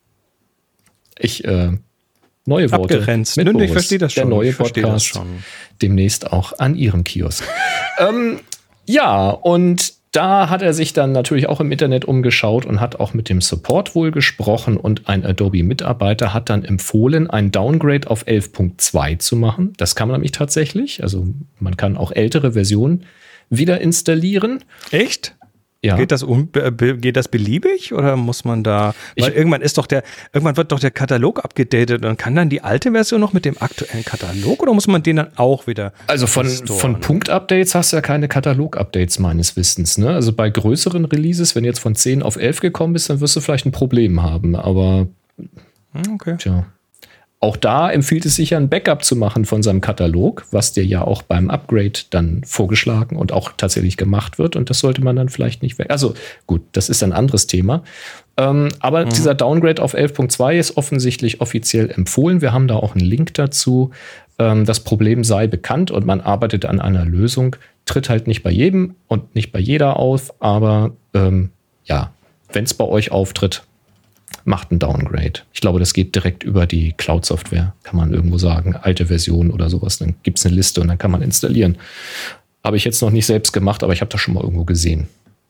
Ich, äh, neue Worte. Abgerenzt. mit Nö, nö, ich Boris. verstehe das Der schon. neue Ich verstehe das Podcast. schon. Demnächst auch an Ihrem Kiosk. ähm, ja, und da hat er sich dann natürlich auch im Internet umgeschaut und hat auch mit dem Support wohl gesprochen und ein Adobe-Mitarbeiter hat dann empfohlen, ein Downgrade auf elf Punkt zwei zu machen. Das kann man nämlich tatsächlich. Also man kann auch ältere Versionen wieder installieren. Echt? Ja. Geht das, un, be, be, geht das beliebig oder muss man da, weil Ich- irgendwann ist doch der, irgendwann wird doch der Katalog abgedatet und kann dann die alte Version noch mit dem aktuellen Katalog oder muss man den dann auch wieder Also von, restoren? von Punkt-Updates hast du ja keine Katalog-Updates meines Wissens. Ne? Also bei größeren Releases, wenn du jetzt von zehn auf elf gekommen bist, dann wirst du vielleicht ein Problem haben. Aber Hm, Okay. tja, auch da empfiehlt es sich ja, ein Backup zu machen von seinem Katalog, was dir ja auch beim Upgrade dann vorgeschlagen und auch tatsächlich gemacht wird. Und das sollte man dann vielleicht nicht weg. Also gut, das ist ein anderes Thema. Ähm, aber mhm. dieser Downgrade auf elf Punkt zwei ist offensichtlich offiziell empfohlen. Wir haben da auch einen Link dazu. Ähm, das Problem sei bekannt und man arbeitet an einer Lösung. Tritt halt nicht bei jedem und nicht bei jeder auf. Aber ähm, ja, wenn es bei euch auftritt, macht ein Downgrade. Ich glaube, das geht direkt über die Cloud-Software, kann man irgendwo sagen. Alte Version oder sowas. Dann gibt es eine Liste und dann kann man installieren. Habe ich jetzt noch nicht selbst gemacht, aber ich habe das schon mal irgendwo gesehen.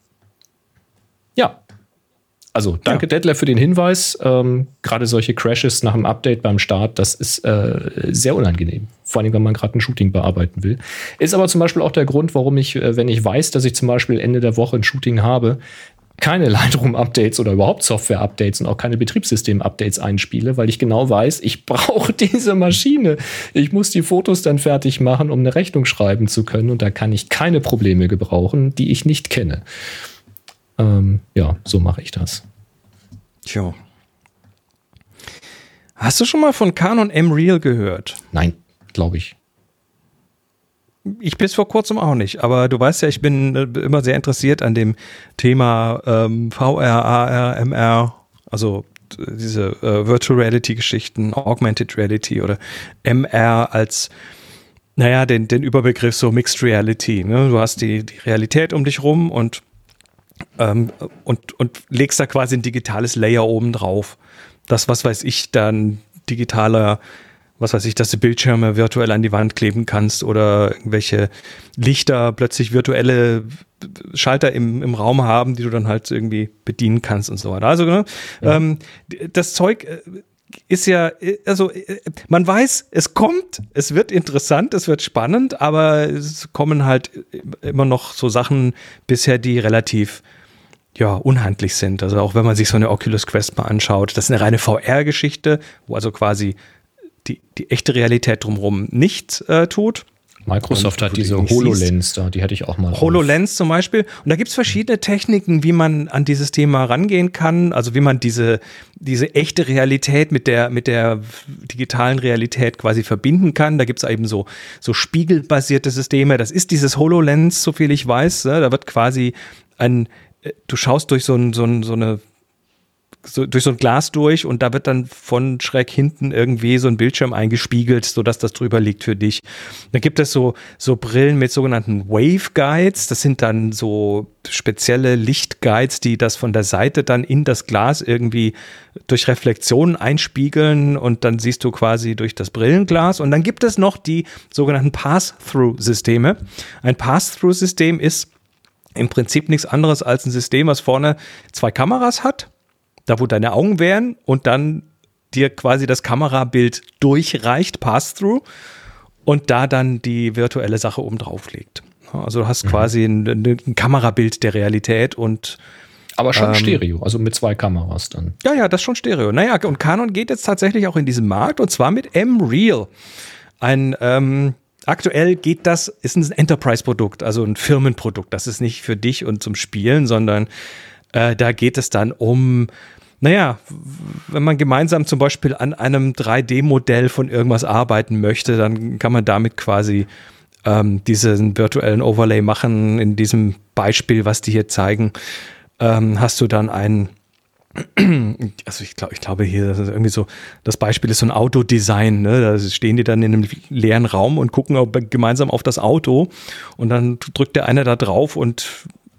Ja. Also danke, ja. Detlef, für den Hinweis. Ähm, gerade solche Crashes nach dem Update beim Start, das ist äh, sehr unangenehm. Vor allem, wenn man gerade ein Shooting bearbeiten will. Ist aber zum Beispiel auch der Grund, warum ich, äh, wenn ich weiß, dass ich zum Beispiel Ende der Woche ein Shooting habe, keine Lightroom-Updates oder überhaupt Software-Updates und auch keine Betriebssystem-Updates einspiele, weil ich genau weiß, ich brauche diese Maschine. Ich muss die Fotos dann fertig machen, um eine Rechnung schreiben zu können. Und da kann ich keine Probleme gebrauchen, die ich nicht kenne. Ähm, ja, so mache ich das. Tja. Hast du schon mal von Canon M-Real gehört? Nein, glaube ich. Ich bis vor kurzem auch nicht, aber du weißt ja, ich bin immer sehr interessiert an dem Thema ähm, V R, A R, M R, also diese äh, Virtual Reality Geschichten, Augmented Reality oder M R als, naja, den, den Überbegriff so Mixed Reality. Ne? Du hast die, die Realität um dich rum und, ähm, und, und legst da quasi ein digitales Layer oben drauf. Das, was weiß ich, dann digitaler was weiß ich, dass du Bildschirme virtuell an die Wand kleben kannst oder irgendwelche Lichter plötzlich virtuelle Schalter im, im Raum haben, die du dann halt irgendwie bedienen kannst und so weiter. Also ne, ja. ähm, das Zeug ist ja, also man weiß, es kommt, es wird interessant, es wird spannend, aber es kommen halt immer noch so Sachen bisher, die relativ ja, unhandlich sind. Also auch wenn man sich so eine Oculus Quest mal anschaut, das ist eine reine V R-Geschichte, wo also quasi Die, die echte Realität drumherum nicht äh, tut. Microsoft hat diese HoloLens da, die hatte ich auch mal. HoloLens auf. Zum Beispiel. Und da gibt es verschiedene Techniken, wie man an dieses Thema rangehen kann. Also wie man diese, diese echte Realität mit der, mit der digitalen Realität quasi verbinden kann. Da gibt es eben so, so spiegelbasierte Systeme. Das ist dieses HoloLens, so viel ich weiß. Ne? Da wird quasi ein, du schaust durch so, ein, so, ein, so eine So, durch so ein Glas durch und da wird dann von schräg hinten irgendwie so ein Bildschirm eingespiegelt, sodass das drüber liegt für dich. Dann gibt es so, so Brillen mit sogenannten Waveguides. Das sind dann so spezielle Lichtguides, die das von der Seite dann in das Glas irgendwie durch Reflexionen einspiegeln und dann siehst du quasi durch das Brillenglas. Und dann gibt es noch die sogenannten Pass-Through-Systeme. Ein Pass-Through-System ist im Prinzip nichts anderes als ein System, was vorne zwei Kameras hat, da wo deine Augen wären und dann dir quasi das Kamerabild durchreicht, Pass-Through, und da dann die virtuelle Sache oben drauf legt. Also du hast mhm. quasi ein, ein Kamerabild der Realität und aber schon ähm, Stereo, also mit zwei Kameras dann. Ja, ja, das ist schon Stereo. Naja, und Canon geht jetzt tatsächlich auch in diesen Markt und zwar mit M-Real. Ein, ähm, aktuell geht das, ist ein Enterprise-Produkt, also ein Firmenprodukt. Das ist nicht für dich und zum Spielen, sondern äh, da geht es dann um, naja, wenn man gemeinsam zum Beispiel an einem drei D Modell von irgendwas arbeiten möchte, dann kann man damit quasi ähm, diesen virtuellen Overlay machen. In diesem Beispiel, was die hier zeigen, ähm, hast du dann ein, also ich glaube, ich glaube hier, das ist irgendwie so, das Beispiel ist so ein Autodesign, ne? Da stehen die dann in einem leeren Raum und gucken gemeinsam auf das Auto und dann drückt der eine da drauf und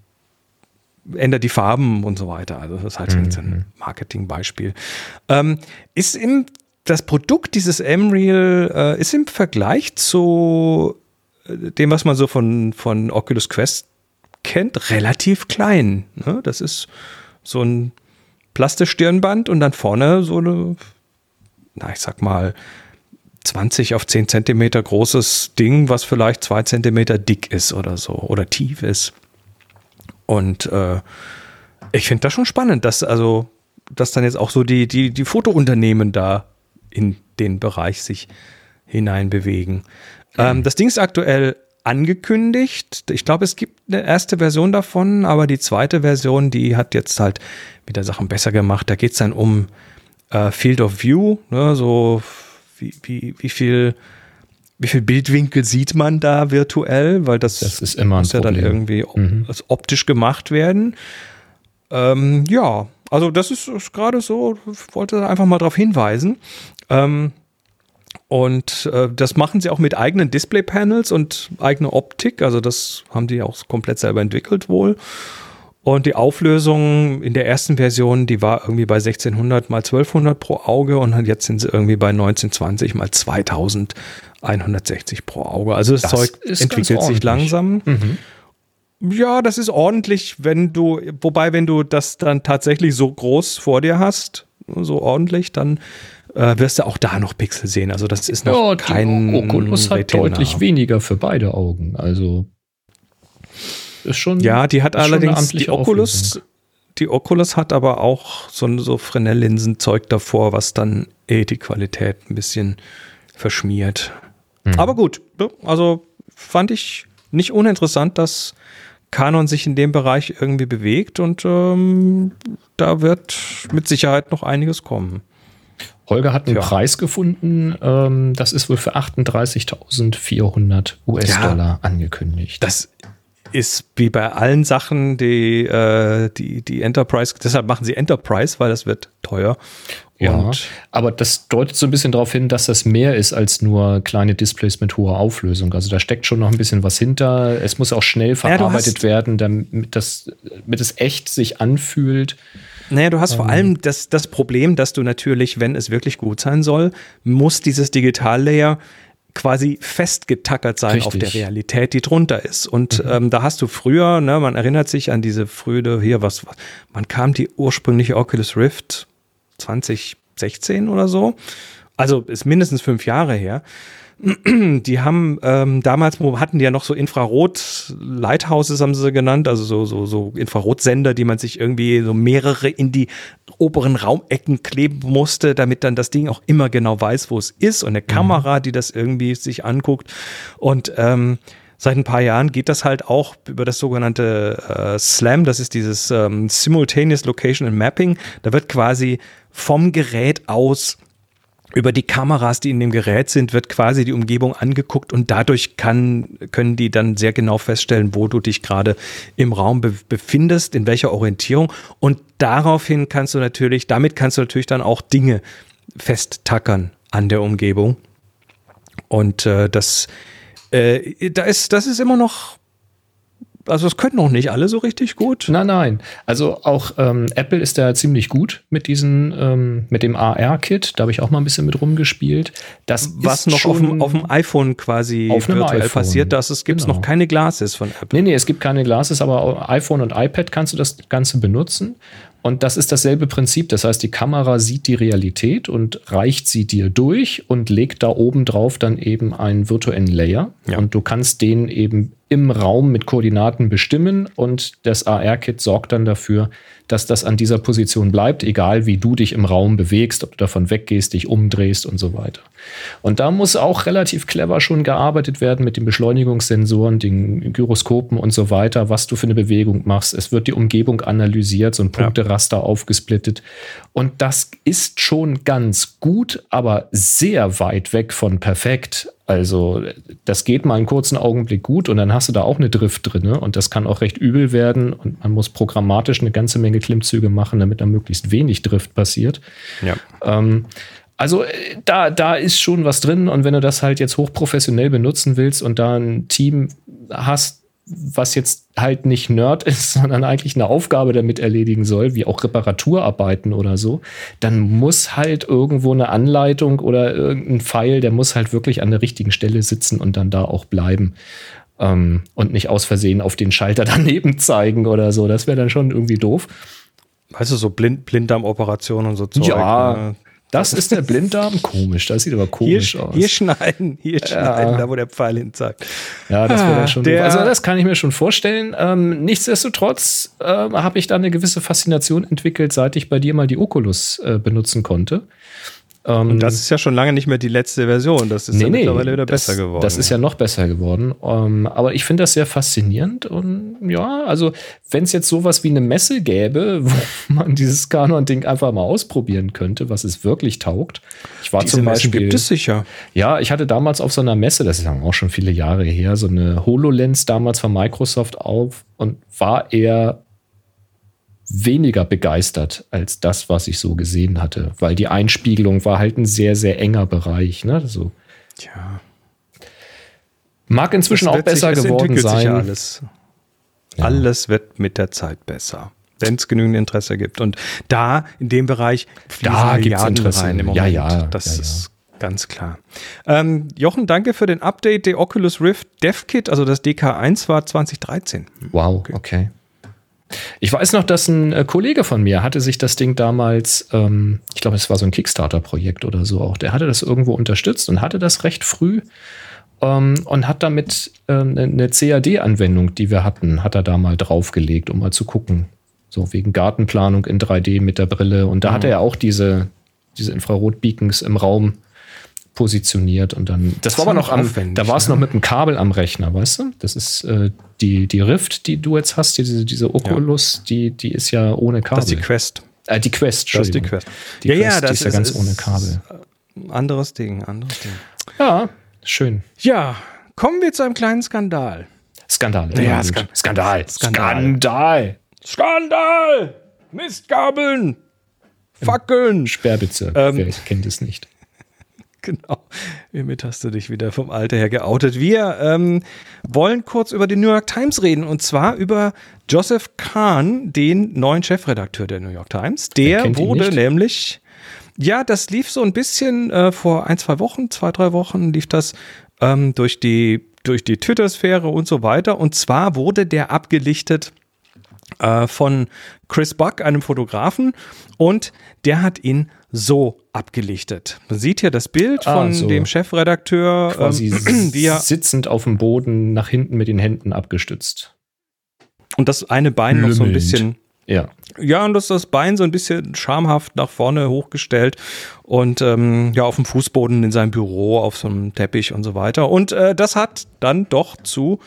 ändert die Farben und so weiter. Also das ist halt mhm. ein Marketingbeispiel. Ähm, ist im, das Produkt dieses M-Real äh, ist im Vergleich zu dem, was man so von, von Oculus Quest kennt, relativ klein. Ne? Das ist so ein Plastikstirnband und dann vorne so eine, na ich sag mal, zwanzig auf zehn Zentimeter großes Ding, was vielleicht zwei Zentimeter dick ist oder so oder tief ist. Und äh, ich finde das schon spannend, dass also, dass dann jetzt auch so die, die, die Fotounternehmen da in den Bereich sich hineinbewegen. Mhm. Ähm, das Ding ist aktuell angekündigt. Ich glaube, es gibt eine erste Version davon, aber die zweite Version, die hat jetzt halt wieder Sachen besser gemacht. Da geht es dann um äh, Field of View, ne, so wie, wie, wie viel Wie viel Bildwinkel sieht man da virtuell? Weil das, das ist immer ein muss ja Problem. dann irgendwie Mhm. optisch gemacht werden. Ähm, ja, also das ist, ist gerade so, ich wollte einfach mal darauf hinweisen. Ähm, und äh, das machen sie auch mit eigenen Display-Panels und eigener Optik. Also das haben die auch komplett selber entwickelt wohl. Und die Auflösung in der ersten Version, die war irgendwie bei sechzehnhundert mal zwölfhundert pro Auge und jetzt sind sie irgendwie bei neunzehnhundertzwanzig mal zweitausendeinhundertsechzig pro Auge. Also das, das Zeug entwickelt sich langsam. Mhm. Ja, das ist ordentlich, wenn du, wobei wenn du das dann tatsächlich so groß vor dir hast, so ordentlich, dann äh, wirst du auch da noch Pixel sehen. Also das ist noch ja, kein Oculus hat Retina. Deutlich weniger für beide Augen. Also ist schon, ja, die hat allerdings die Oculus, Auflösung. Die Oculus hat aber auch so, so Fresnel-Linsen-Zeug davor, was dann eh die Qualität ein bisschen verschmiert. Mhm. Aber gut, also fand ich nicht uninteressant, dass Canon sich in dem Bereich irgendwie bewegt und ähm, da wird mit Sicherheit noch einiges kommen. Holger hat einen ja. Preis gefunden, ähm, das ist wohl für achtunddreißigtausendvierhundert US-Dollar ja, angekündigt. Das ist wie bei allen Sachen, die, äh, die, die Enterprise, deshalb machen sie Enterprise, weil das wird teuer. Ja, und aber das deutet so ein bisschen darauf hin, dass das mehr ist als nur kleine Displays mit hoher Auflösung. Also da steckt schon noch ein bisschen was hinter. Es muss auch schnell verarbeitet ja, werden, damit, das, damit es echt sich anfühlt. Naja, du hast ähm. vor allem das, das Problem, dass du natürlich, wenn es wirklich gut sein soll, muss dieses Digital-Layer quasi festgetackert sein Richtig. Auf der Realität, die drunter ist. Und mhm. ähm, da hast du früher, ne, man erinnert sich an diese frühe, hier, was, wann kam die ursprüngliche Oculus Rift? zwanzig sechzehn oder so. Also ist mindestens fünf Jahre her. Die haben ähm, damals hatten die ja noch so Infrarot-Lighthouses, haben sie genannt, also so, so, so Infrarotsender, die man sich irgendwie so mehrere in die oberen Raumecken kleben musste, damit dann das Ding auch immer genau weiß, wo es ist und eine Kamera, die das irgendwie sich anguckt. Und ähm, seit ein paar Jahren geht das halt auch über das sogenannte äh, SLAM, das ist dieses ähm, Simultaneous Location and Mapping. Da wird quasi vom Gerät aus über die Kameras, die in dem Gerät sind, wird quasi die Umgebung angeguckt und dadurch kann, können die dann sehr genau feststellen, wo du dich gerade im Raum be- befindest, in welcher Orientierung und daraufhin kannst du natürlich, damit kannst du natürlich dann auch Dinge festtackern an der Umgebung und äh, das Äh, da ist, das ist immer noch, also das können noch nicht alle so richtig gut. Nein, nein. Also auch ähm, Apple ist da ziemlich gut mit diesen, ähm, mit dem A R-Kit. Da habe ich auch mal ein bisschen mit rumgespielt. Das Was noch auf dem, auf dem iPhone quasi auf virtuell iPhone. passiert, dass es gibt genau. noch keine Glasses von Apple. Nee, nee, es gibt keine Glasses, aber auf iPhone und iPad kannst du das Ganze benutzen. Und das ist dasselbe Prinzip. Das heißt, die Kamera sieht die Realität und reicht sie dir durch und legt da oben drauf dann eben einen virtuellen Layer. Ja. Und du kannst den eben im Raum mit Koordinaten bestimmen und das A R-Kit sorgt dann dafür, dass das an dieser Position bleibt, egal wie du dich im Raum bewegst, ob du davon weggehst, dich umdrehst und so weiter. Und da muss auch relativ clever schon gearbeitet werden mit den Beschleunigungssensoren, den Gyroskopen und so weiter, was du für eine Bewegung machst. Es wird die Umgebung analysiert, so ein Punkteraster ja. aufgesplittet. Und das ist schon ganz gut, aber sehr weit weg von perfekt. Also das geht mal einen kurzen Augenblick gut und dann hast du da auch eine Drift drin, ne? Und das kann auch recht übel werden und man muss programmatisch eine ganze Menge Klimmzüge machen, damit da möglichst wenig Drift passiert. Ja. Ähm, also da, da ist schon was drin und wenn du das halt jetzt hochprofessionell benutzen willst und da ein Team hast, was jetzt halt nicht Nerd ist, sondern eigentlich eine Aufgabe damit erledigen soll, wie auch Reparaturarbeiten oder so, dann muss halt irgendwo eine Anleitung oder irgendein Pfeil, der muss halt wirklich an der richtigen Stelle sitzen und dann da auch bleiben. Ähm, und nicht aus Versehen auf den Schalter daneben zeigen oder so. Das wäre dann schon irgendwie doof. Weißt du, so Blind Blinddarmoperationen und so Zeug. Ja, ne? Das ist der Blinddarm. Komisch, das sieht aber komisch hier, aus. Hier schneiden, hier ja. schneiden, da wo der Pfeil hin zeigt. Ja, das wäre dann schon der, Also das kann ich mir schon vorstellen. Ähm, nichtsdestotrotz äh, habe ich da eine gewisse Faszination entwickelt, seit ich bei dir mal die Oculus äh, benutzen konnte. Ähm, Und das ist ja schon lange nicht mehr die letzte Version. Das ist nee, ja nee, mittlerweile wieder das, besser geworden. Das ist ja noch besser geworden. Ähm, aber ich finde das sehr faszinierend. Und ja, also wenn es jetzt sowas wie eine Messe gäbe, wo man dieses Canon-Ding einfach mal ausprobieren könnte, was es wirklich taugt. Ich war Diese zum Messen Beispiel. gibt es sicher. Ja, ich hatte damals auf so einer Messe, das ist auch schon viele Jahre her, so eine HoloLens damals von Microsoft auf und war eher weniger begeistert als das, was ich so gesehen hatte, weil die Einspiegelung war halt ein sehr, sehr enger Bereich. Ne? So. Tja. Mag inzwischen auch besser sich, geworden sein. Sich ja alles. Ja. Alles wird mit der Zeit besser, wenn es genügend Interesse gibt. Und da, in dem Bereich, da gibt es Interesse rein im Moment. Ja, ja. Das ja, ja. ist ganz klar. Ähm, Jochen, danke für den Update. Der Oculus Rift DevKit, also das D K eins, war zwanzig dreizehn. Wow, okay. okay. Ich weiß noch, dass ein äh, Kollege von mir hatte sich das Ding damals, ähm, ich glaube, es war so ein Kickstarter-Projekt oder so auch, der hatte das irgendwo unterstützt und hatte das recht früh ähm, und hat damit ähm, eine C A D-Anwendung, die wir hatten, hat er da mal draufgelegt, um mal zu gucken. So wegen Gartenplanung in drei D mit der Brille. Und da mhm. hatte er auch diese, diese Infrarot-Beacons im Raum positioniert und dann, das, das war aber noch am, da war es ne? noch mit einem Kabel am Rechner, weißt du? Das ist äh, die, die Rift, die du jetzt hast, diese, diese Oculus, ja. die, die ist ja ohne Kabel. Das ist die Quest. Äh, die Quest, Entschuldigung. Das ist die Quest. Die ja, Quest, ja, das die ist ja ist, ganz ist ohne Kabel. Anderes Ding, anderes Ding. Ja, schön. Ja, kommen wir zu einem kleinen Skandal. Skandal. Ja, Skandal. Skandal. Skandal. Skandal. Skandal. Mistgabeln. Fackeln. Sperrbezirk. Ähm, Wer kennt es nicht. Genau. Hiermit hast du dich wieder vom Alter her geoutet. Wir ähm, wollen kurz über die New York Times reden und zwar über Joseph Kahn, den neuen Chefredakteur der New York Times. Der wurde nämlich, ja, das lief so ein bisschen äh, vor ein, zwei Wochen, zwei, drei Wochen lief das ähm, durch die, durch die Twitter-Sphäre und so weiter. Und zwar wurde der abgelichtet äh, von Chris Buck, einem Fotografen, und der hat ihn so abgelichtet. Man sieht hier das Bild ah, von so. dem Chefredakteur, quasi ähm, wie er sitzend auf dem Boden, nach hinten mit den Händen abgestützt. Und das eine Bein Lümmelnd. noch so ein bisschen, ja, ja, und das, das Bein so ein bisschen schamhaft nach vorne hochgestellt und ähm, ja, auf dem Fußboden in seinem Büro, auf so einem Teppich und so weiter. Und äh, das hat dann doch zu,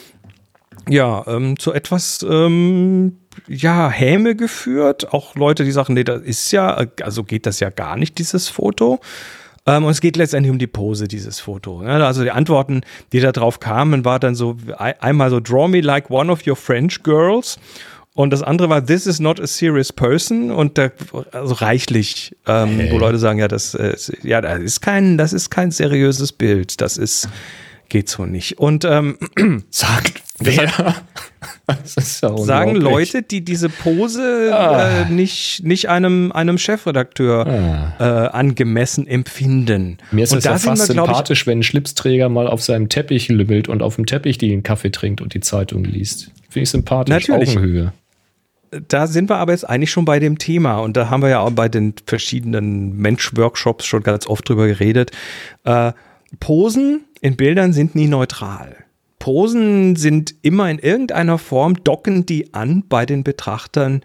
ja, ähm, zu etwas, ähm, ja, Häme geführt. Auch Leute, die sagen, nee, das ist ja, also geht das ja gar nicht, dieses Foto. Ähm, und es geht letztendlich um die Pose dieses Foto. Ja, also die Antworten, die da drauf kamen, war dann so, einmal so, draw me like one of your French girls. Und das andere war, this is not a serious person. Und da, also reichlich, ähm, hey. wo Leute sagen, ja, das, äh, ja, das ist kein, das ist kein seriöses Bild. Das ist, geht so nicht. Und ähm, sagt wer? Das ist ja sagen Leute, die diese Pose ah. äh, nicht, nicht einem, einem Chefredakteur ah. äh, angemessen empfinden. Mir ist und es da ja fast wir, sympathisch, ich, wenn ein Schlipsträger mal auf seinem Teppich lümmelt und auf dem Teppich den Kaffee trinkt und die Zeitung liest. Finde ich sympathisch. Natürlich. Augenhöhe. Da sind wir aber jetzt eigentlich schon bei dem Thema und da haben wir ja auch bei den verschiedenen Mensch-Workshops schon ganz oft drüber geredet. Äh, Posen in Bildern sind nie neutral. Posen sind immer in irgendeiner Form, docken die an bei den Betrachtern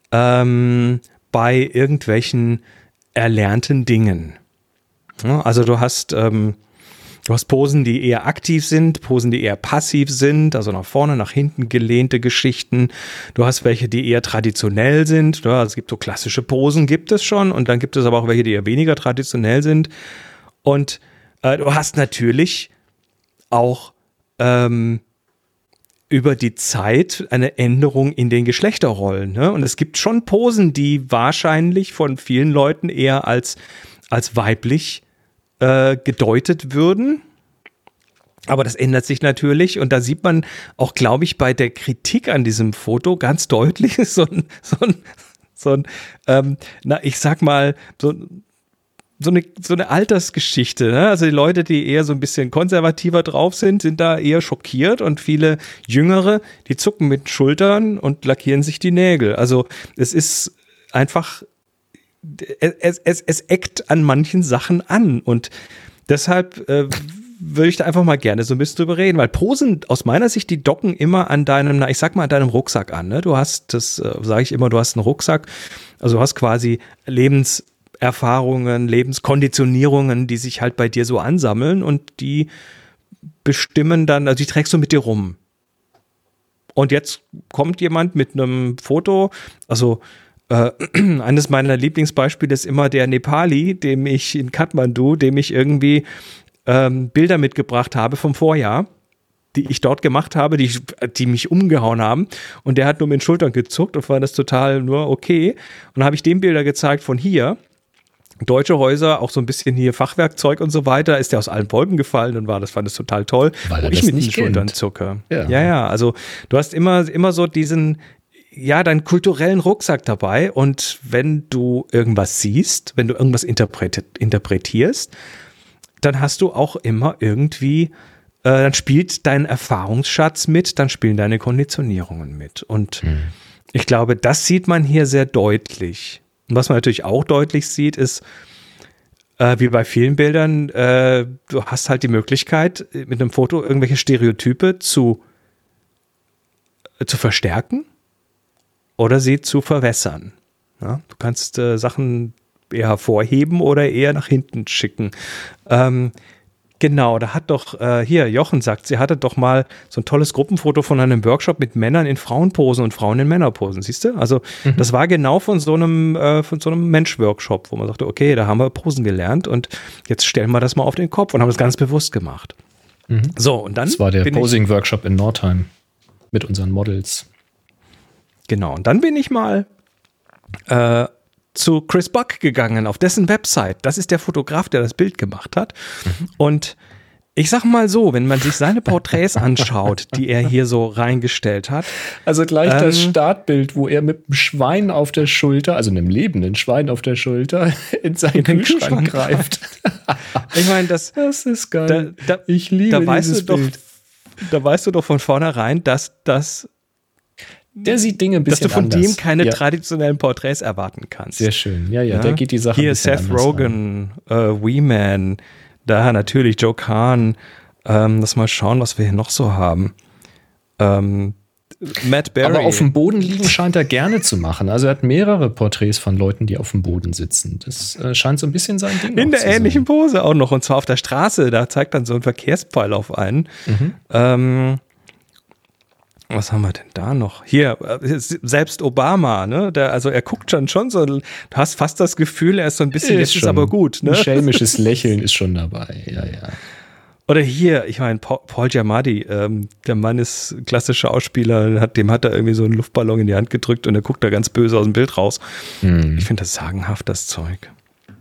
ähm, bei irgendwelchen erlernten Dingen. Ja, also du hast, ähm, du hast Posen, die eher aktiv sind, Posen, die eher passiv sind, also nach vorne, nach hinten gelehnte Geschichten. Du hast welche, die eher traditionell sind. Ja, es gibt so klassische Posen, gibt es schon. Und dann gibt es aber auch welche, die eher weniger traditionell sind. Und äh, du hast natürlich auch ähm, über die Zeit eine Änderung in den Geschlechterrollen. Ne? Und es gibt schon Posen, die wahrscheinlich von vielen Leuten eher als, als weiblich äh, gedeutet würden. Aber das ändert sich natürlich. Und da sieht man auch, glaube ich, bei der Kritik an diesem Foto ganz deutlich so ein, so ein, so ein ähm, na, ich sag mal, so ein So eine, so eine Altersgeschichte, ne? Also die Leute, die eher so ein bisschen konservativer drauf sind, sind da eher schockiert und viele Jüngere, die zucken mit den Schultern und lackieren sich die Nägel. Also es ist einfach, es, es, es eckt an manchen Sachen an und deshalb äh, würde ich da einfach mal gerne so ein bisschen drüber reden, weil Posen aus meiner Sicht, die docken immer an deinem, na ich sag mal an deinem Rucksack an, ne? Du hast, das äh, sage ich immer, du hast einen Rucksack, also du hast quasi Lebens Lebenserfahrungen, Lebenskonditionierungen, die sich halt bei dir so ansammeln und die bestimmen dann, also die trägst du mit dir rum. Und jetzt kommt jemand mit einem Foto, also äh, eines meiner Lieblingsbeispiele ist immer der Nepali, dem ich in Kathmandu, dem ich irgendwie ähm, Bilder mitgebracht habe vom Vorjahr, die ich dort gemacht habe, die, die mich umgehauen haben. Und der hat nur mit den Schultern gezuckt und fand das total nur okay. Und dann habe ich dem Bilder gezeigt von hier. Deutsche Häuser, auch so ein bisschen hier Fachwerkzeug und so weiter, ist der aus allen Wolken gefallen und war, das fand es total toll. Weil er ich das mit den nicht Schultern kennt. zucke. Ja. ja, ja, also du hast immer, immer so diesen, ja, deinen kulturellen Rucksack dabei und wenn du irgendwas siehst, wenn du irgendwas interpreti- interpretierst, dann hast du auch immer irgendwie, äh, dann spielt dein Erfahrungsschatz mit, dann spielen deine Konditionierungen mit. Und hm. ich glaube, das sieht man hier sehr deutlich. Und was man natürlich auch deutlich sieht, ist, äh, wie bei vielen Bildern, äh, du hast halt die Möglichkeit, mit einem Foto irgendwelche Stereotype zu, äh, zu verstärken oder sie zu verwässern. Ja? Du kannst äh, Sachen eher hervorheben oder eher nach hinten schicken. Ähm, Genau, da hat doch, äh, hier, Jochen sagt, sie hatte doch mal so ein tolles Gruppenfoto von einem Workshop mit Männern in Frauenposen und Frauen in Männerposen, siehst du? Also mhm. das war genau von so einem, äh, von so einem Mensch-Workshop, wo man sagte, okay, da haben wir Posen gelernt und jetzt stellen wir das mal auf den Kopf und haben das ganz bewusst gemacht. Mhm. So, und dann. Das war der Posing-Workshop in Nordheim mit unseren Models. Genau, und dann bin ich mal äh, zu Chris Buck gegangen, auf dessen Website. Das ist der Fotograf, der das Bild gemacht hat. Mhm. Und ich sag mal so, wenn man sich seine Porträts anschaut, die er hier so reingestellt hat. Also gleich ähm, das Startbild, wo er mit einem Schwein auf der Schulter, also einem lebenden Schwein auf der Schulter, in seinen in Kühlschrank, Kühlschrank greift. Ich meine, das, das ist geil. Da, da, ich liebe da weißt dieses du Bild. Doch, da weißt du doch von vornherein, dass das Der sieht Dinge ein bisschen dass du von anders. dem keine ja. traditionellen Porträts erwarten kannst. Sehr schön. Ja, ja, ja. Der geht die Sache Hier ein bisschen Seth anders Rogen, äh, Wee-Man, da natürlich Joe Kahn. Ähm, lass mal schauen, was wir hier noch so haben. Ähm, Matt Berry. Aber auf dem Boden liegen scheint er gerne zu machen. Also er hat mehrere Porträts von Leuten, die auf dem Boden sitzen. Das äh, scheint so ein bisschen sein Ding in der zu ähnlichen sein. Pose auch noch. Und zwar auf der Straße. Da zeigt dann so ein Verkehrspfeil auf einen. Mhm. Ähm, Was haben wir denn da noch? Hier, selbst Obama, ne? Der, also er guckt schon schon so, du hast fast das Gefühl, er ist so ein bisschen, ist jetzt ist aber gut, ne? Ein schelmisches Lächeln ist schon dabei, ja, ja. Oder hier, ich meine, Paul, Paul Giamatti, ähm, der Mann ist ein klassischer Schauspieler, hat, dem hat er irgendwie so einen Luftballon in die Hand gedrückt und er guckt da ganz böse aus dem Bild raus. Hm. Ich finde das sagenhaft, das Zeug.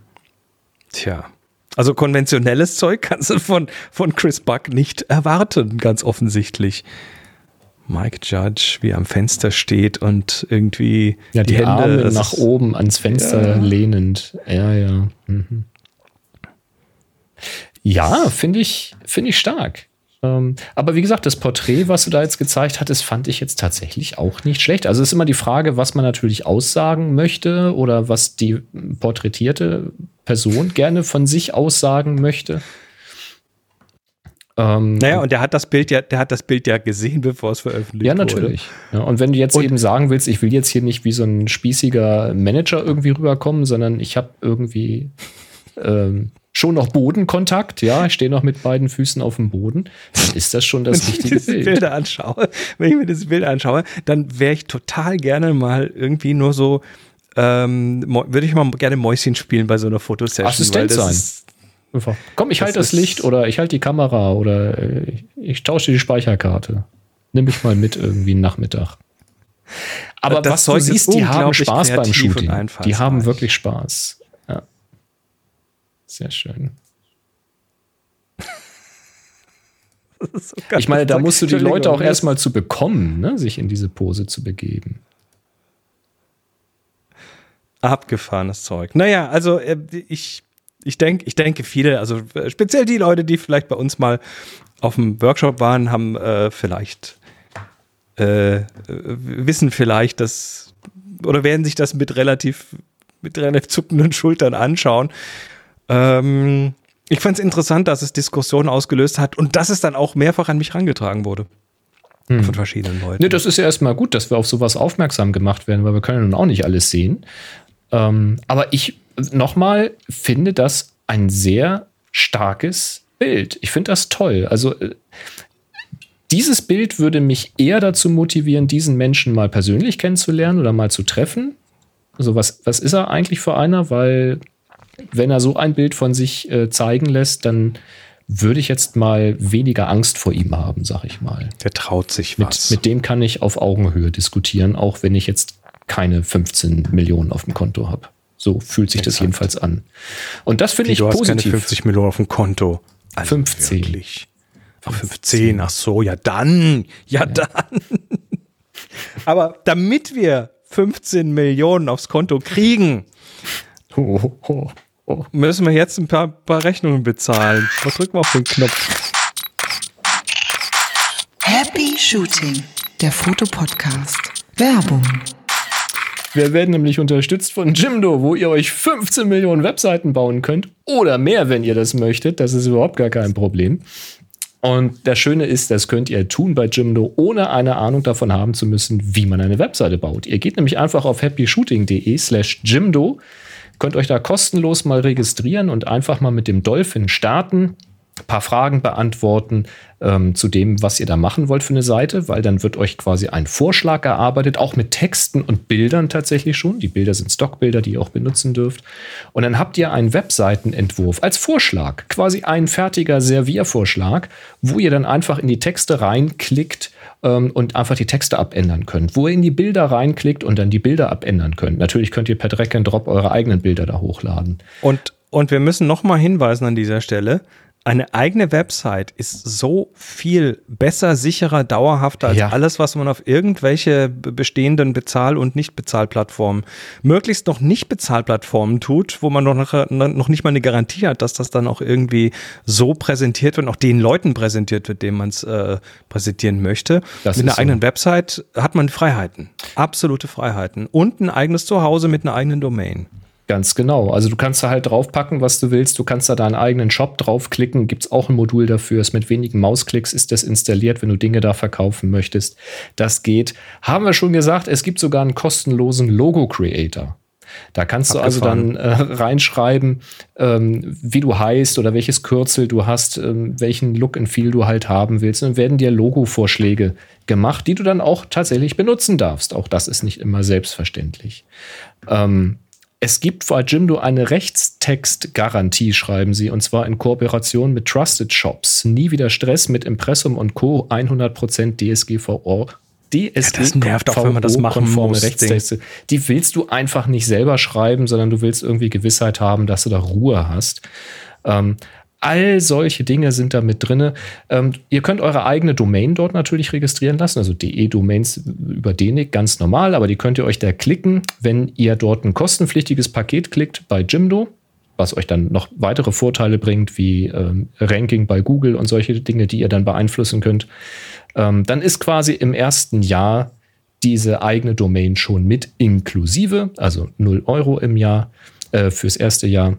Tja. Also konventionelles Zeug kannst du von, von Chris Buck nicht erwarten, ganz offensichtlich. Mike Judge, wie er am Fenster steht und irgendwie ja, die, die Hände Arme nach ist, oben ans Fenster ja. lehnend. Ja, ja. Mhm. Ja, finde ich, finde ich stark. Ähm, aber wie gesagt, das Porträt, was du da jetzt gezeigt hattest, fand ich jetzt tatsächlich auch nicht schlecht. Also es ist immer die Frage, was man natürlich aussagen möchte oder was die porträtierte Person gerne von sich aussagen möchte. Ähm, naja, und der hat das Bild ja, der hat das Bild ja gesehen, bevor es veröffentlicht wurde. Ja, natürlich. Ja, und wenn du jetzt und eben sagen willst, ich will jetzt hier nicht wie so ein spießiger Manager irgendwie rüberkommen, sondern ich habe irgendwie ähm, schon noch Bodenkontakt, ja, ich stehe noch mit beiden Füßen auf dem Boden, dann ist das schon das richtige Bild. Wenn ich mir Bild. Bilder anschaue, wenn ich mir das Bild anschaue, dann wäre ich total gerne mal irgendwie nur so, ähm, würde ich mal gerne Mäuschen spielen bei so einer Fotosession. Assistent sein. Ist, Einfach. Komm, ich halte das, das Licht oder ich halte die Kamera oder ich, ich tausche die Speicherkarte. Nimm mich mal mit irgendwie einen Nachmittag. Aber das was Zeug du siehst, die haben Spaß beim Shooting. Die haben wirklich Spaß. Ja. Sehr schön. So ich meine, da musst du die Leute auch erstmal zu bekommen, ne, sich in diese Pose zu begeben. Abgefahrenes Zeug. Naja, also ich Ich denke, ich denke viele, also speziell die Leute, die vielleicht bei uns mal auf dem Workshop waren, haben äh, vielleicht, äh, wissen vielleicht, dass, oder werden sich das mit relativ, mit relativ zuckenden Schultern anschauen. Ähm, ich fand es interessant, dass es Diskussionen ausgelöst hat und dass es dann auch mehrfach an mich herangetragen wurde. Hm. Von verschiedenen Leuten. Ne, das ist ja erstmal gut, dass wir auf sowas aufmerksam gemacht werden, weil wir können ja nun auch nicht alles sehen. Ähm, aber ich nochmal finde das ein sehr starkes Bild. Ich finde das toll. Also äh, dieses Bild würde mich eher dazu motivieren, diesen Menschen mal persönlich kennenzulernen oder mal zu treffen. Also was, was ist er eigentlich für einer? Weil wenn er so ein Bild von sich äh, zeigen lässt, dann würde ich jetzt mal weniger Angst vor ihm haben, sag ich mal. Der traut sich mit, was. Mit dem kann ich auf Augenhöhe diskutieren, auch wenn ich jetzt keine fünfzehn Millionen auf dem Konto habe. So fühlt sich Exakt. Das jedenfalls an. Und das finde ich du positiv. Du hast keine fünfzig Millionen auf dem Konto. Also fünfzehn. Wirklich. Ach, fünfzehn, ach so, ja dann, ja, ja. dann. Aber damit wir fünfzehn Millionen aufs Konto kriegen, oh, oh, oh. müssen wir jetzt ein paar, paar Rechnungen bezahlen. Was drücken wir auf den Knopf? Happy Shooting, der Fotopodcast. Werbung. Wir werden nämlich unterstützt von Jimdo, wo ihr euch fünfzehn Millionen Webseiten bauen könnt oder mehr, wenn ihr das möchtet. Das ist überhaupt gar kein Problem. Und das Schöne ist, das könnt ihr tun bei Jimdo, ohne eine Ahnung davon haben zu müssen, wie man eine Webseite baut. Ihr geht nämlich einfach auf happyshooting.de slash Jimdo, könnt euch da kostenlos mal registrieren und einfach mal mit dem Dolphin starten, ein paar Fragen beantworten ähm, zu dem, was ihr da machen wollt für eine Seite, weil dann wird euch quasi ein Vorschlag erarbeitet, auch mit Texten und Bildern tatsächlich schon. Die Bilder sind Stockbilder, die ihr auch benutzen dürft. Und dann habt ihr einen Webseitenentwurf als Vorschlag, quasi ein fertiger Serviervorschlag, wo ihr dann einfach in die Texte reinklickt ähm, und einfach die Texte abändern könnt, wo ihr in die Bilder reinklickt und dann die Bilder abändern könnt. Natürlich könnt ihr per Drag and Drop eure eigenen Bilder da hochladen. Und, und wir müssen noch mal hinweisen an dieser Stelle, eine eigene Website ist so viel besser, sicherer, dauerhafter als ja. alles, was man auf irgendwelche bestehenden Bezahl- und Nicht-Bezahlplattformen, möglichst noch Nicht-Bezahlplattformen tut, wo man noch, noch nicht mal eine Garantie hat, dass das dann auch irgendwie so präsentiert wird und auch den Leuten präsentiert wird, denen man es äh, präsentieren möchte. Das mit einer so. eigenen Website hat man Freiheiten, absolute Freiheiten und ein eigenes Zuhause mit einer eigenen Domain. Ganz genau. Also du kannst da halt draufpacken, was du willst. Du kannst da deinen eigenen Shop draufklicken. Gibt es auch ein Modul dafür. Ist mit wenigen Mausklicks ist das installiert, wenn du Dinge da verkaufen möchtest. Das geht. Haben wir schon gesagt, es gibt sogar einen kostenlosen Logo-Creator. Da kannst Abgefahren. du also dann äh, reinschreiben, ähm, wie du heißt oder welches Kürzel du hast, ähm, welchen Look and Feel du halt haben willst. Und dann werden dir Logo-Vorschläge gemacht, die du dann auch tatsächlich benutzen darfst. Auch das ist nicht immer selbstverständlich. Ähm, Es gibt bei Jimdo eine Rechtstextgarantie, schreiben sie, und zwar in Kooperation mit Trusted Shops. Nie wieder Stress mit Impressum und Co. hundert Prozent D S G V O. D S G V O, ja, das nervt auch, wenn man das machen muss. Rechtstexte. Die willst du einfach nicht selber schreiben, sondern du willst irgendwie Gewissheit haben, dass du da Ruhe hast. Ähm, All solche Dinge sind da mit drin. Ähm, ihr könnt eure eigene Domain dort natürlich registrieren lassen, also de-Domains über D N I C, ganz normal, aber die könnt ihr euch da klicken, wenn ihr dort ein kostenpflichtiges Paket klickt bei Jimdo, was euch dann noch weitere Vorteile bringt, wie ähm, Ranking bei Google und solche Dinge, die ihr dann beeinflussen könnt. Ähm, dann ist quasi im ersten Jahr diese eigene Domain schon mit inklusive, also null Euro im Jahr äh, fürs erste Jahr.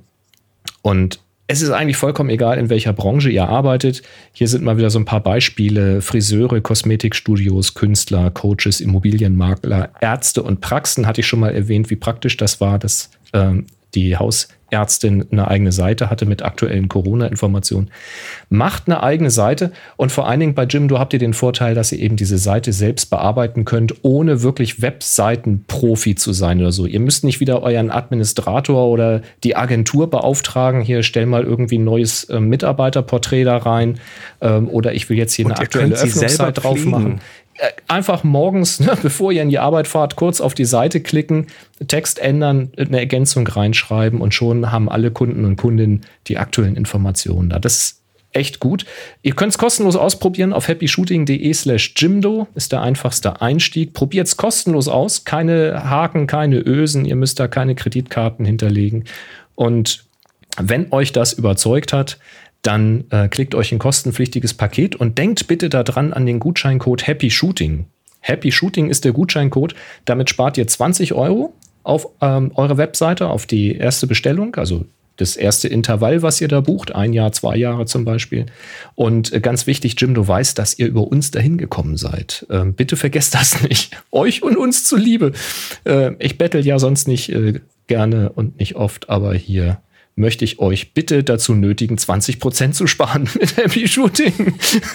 Und es ist eigentlich vollkommen egal, in welcher Branche ihr arbeitet. Hier sind mal wieder so ein paar Beispiele. Friseure, Kosmetikstudios, Künstler, Coaches, Immobilienmakler, Ärzte und Praxen. Hatte ich schon mal erwähnt, wie praktisch das war, dass ähm, die Hausärztin eine eigene Seite hatte mit aktuellen Corona-Informationen. Macht eine eigene Seite und vor allen Dingen bei Jimdo habt ihr den Vorteil, dass ihr eben diese Seite selbst bearbeiten könnt, ohne wirklich Webseiten-Profi zu sein oder so. Ihr müsst nicht wieder euren Administrator oder die Agentur beauftragen, hier stell mal irgendwie ein neues äh, Mitarbeiterporträt da rein ähm, oder ich will jetzt hier und eine aktuelle Öffnungszeit drauf machen. Einfach morgens, ne, bevor ihr in die Arbeit fahrt, kurz auf die Seite klicken, Text ändern, eine Ergänzung reinschreiben und schon haben alle Kunden und Kundinnen die aktuellen Informationen da. Das ist echt gut. Ihr könnt es kostenlos ausprobieren auf happyshooting.de slash Jimdo. Ist der einfachste Einstieg. Probiert es kostenlos aus. Keine Haken, keine Ösen. Ihr müsst da keine Kreditkarten hinterlegen. Und wenn euch das überzeugt hat, dann äh, klickt euch ein kostenpflichtiges Paket und denkt bitte daran an den Gutscheincode Happy Shooting. Happy Shooting ist der Gutscheincode. Damit spart ihr zwanzig Euro auf ähm, eure Webseite, auf die erste Bestellung. Also das erste Intervall, was ihr da bucht, ein Jahr, zwei Jahre zum Beispiel. Und äh, ganz wichtig, Jim, du weißt, dass ihr über uns dahin gekommen seid. Ähm, bitte vergesst das nicht. Euch und uns zuliebe. Äh, ich bettel ja sonst nicht äh, gerne und nicht oft, aber hier möchte ich euch bitte dazu nötigen, zwanzig Prozent zu sparen mit Happy Shooting.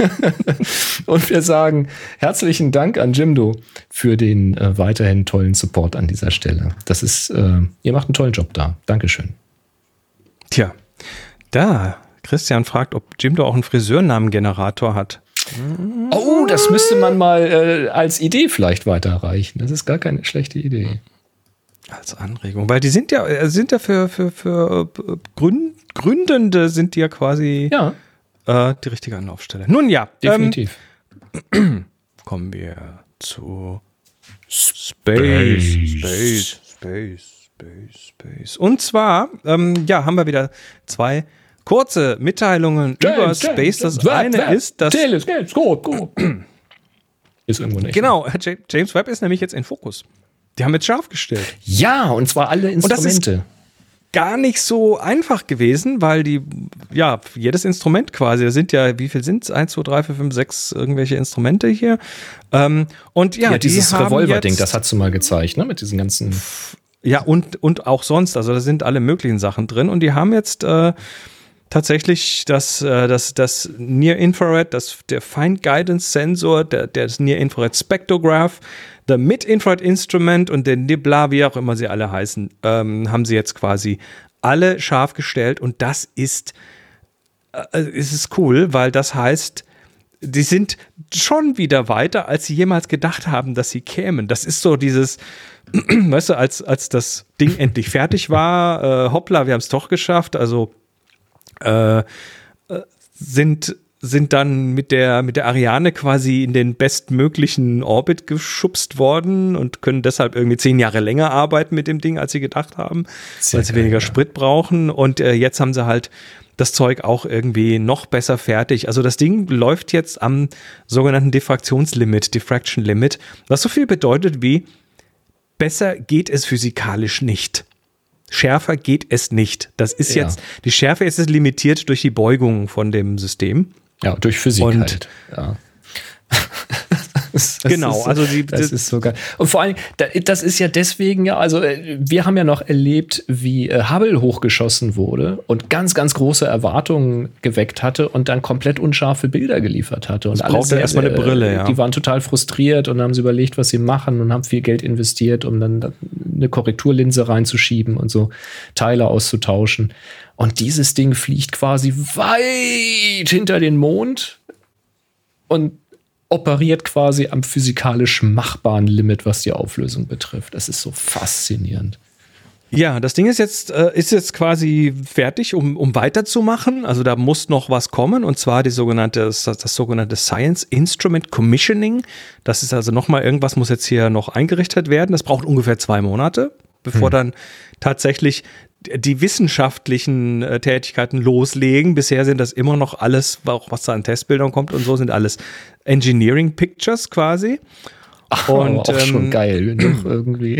Und wir sagen herzlichen Dank an Jimdo für den äh, weiterhin tollen Support an dieser Stelle. Das ist, äh, ihr macht einen tollen Job da. Dankeschön. Tja, da Christian fragt, ob Jimdo auch einen Friseurnamengenerator hat. Oh, das müsste man mal äh, als Idee vielleicht weiterreichen. Das ist gar keine schlechte Idee. Als Anregung, weil die sind ja, sind ja für, für, für Gründ, Gründende sind die ja quasi ja. Äh, die richtige Anlaufstelle. Nun ja, definitiv. Ähm, kommen wir zu Space, Space, Space, Space, Space. Und zwar, ähm, ja, haben wir wieder zwei kurze Mitteilungen James, über Space. Das James, eine Web, ist, dass Teleskop, ist irgendwo nicht. Genau, James Webb ist nämlich jetzt in Fokus. Die haben jetzt scharf gestellt. Ja, und zwar alle Instrumente. Und das ist gar nicht so einfach gewesen, weil die, ja, jedes Instrument quasi, da sind ja, wie viel sind es? eins, zwei, drei, vier, fünf, sechs irgendwelche Instrumente hier. Ähm, und ja, ja die dieses haben Revolver-Ding, jetzt, das hast du mal gezeigt, ne? Mit diesen ganzen. Ja, und, und auch sonst, also da sind alle möglichen Sachen drin. Und die haben jetzt äh, tatsächlich das, äh, das, das Near Infrared, das, der Fine Guidance Sensor, der, der das Near Infrared Spectrograph, der Mid-Infrared Instrument und der Nibla, wie auch immer sie alle heißen, ähm, haben sie jetzt quasi alle scharf gestellt. Und das ist, äh, ist es cool, weil das heißt, die sind schon wieder weiter, als sie jemals gedacht haben, dass sie kämen. Das ist so dieses, weißt du, als, als das Ding endlich fertig war, äh, hoppla, wir haben es doch geschafft, also äh, äh, sind sind dann mit der, mit der Ariane quasi in den bestmöglichen Orbit geschubst worden und können deshalb irgendwie zehn Jahre länger arbeiten mit dem Ding, als sie gedacht haben, Sehr weil sie geil, weniger ja. Sprit brauchen. Und äh, jetzt haben sie halt das Zeug auch irgendwie noch besser fertig. Also das Ding läuft jetzt am sogenannten Diffraktionslimit, Diffraction Limit, was so viel bedeutet wie besser geht es physikalisch nicht. Schärfer geht es nicht. Das ist ja. jetzt, die Schärfe ist es limitiert durch die Beugung von dem System. Ja, durch Physik und halt. Ja. das, das genau, so, also die, das ist so geil. Und vor allem, das ist ja deswegen ja, also wir haben ja noch erlebt, wie Hubble hochgeschossen wurde und ganz, ganz große Erwartungen geweckt hatte und dann komplett unscharfe Bilder geliefert hatte. Und das braucht dann erstmal eine Brille, ja. Die waren total frustriert und haben sich überlegt, was sie machen und haben viel Geld investiert, um dann eine Korrekturlinse reinzuschieben und so Teile auszutauschen. Und dieses Ding fliegt quasi weit hinter den Mond und operiert quasi am physikalisch machbaren Limit, was die Auflösung betrifft. Das ist so faszinierend. Ja, das Ding ist jetzt, äh, ist jetzt quasi fertig, um, um weiterzumachen. Also da muss noch was kommen, und zwar die sogenannte, das, das sogenannte Science Instrument Commissioning. Das ist also nochmal, irgendwas muss jetzt hier noch eingerichtet werden. Das braucht ungefähr zwei Monate, bevor hm. dann tatsächlich die wissenschaftlichen äh, Tätigkeiten loslegen. Bisher sind das immer noch alles, auch was da an Testbildern kommt und so, sind alles Engineering Pictures quasi. Ach, und auch ähm, schon geil, doch irgendwie.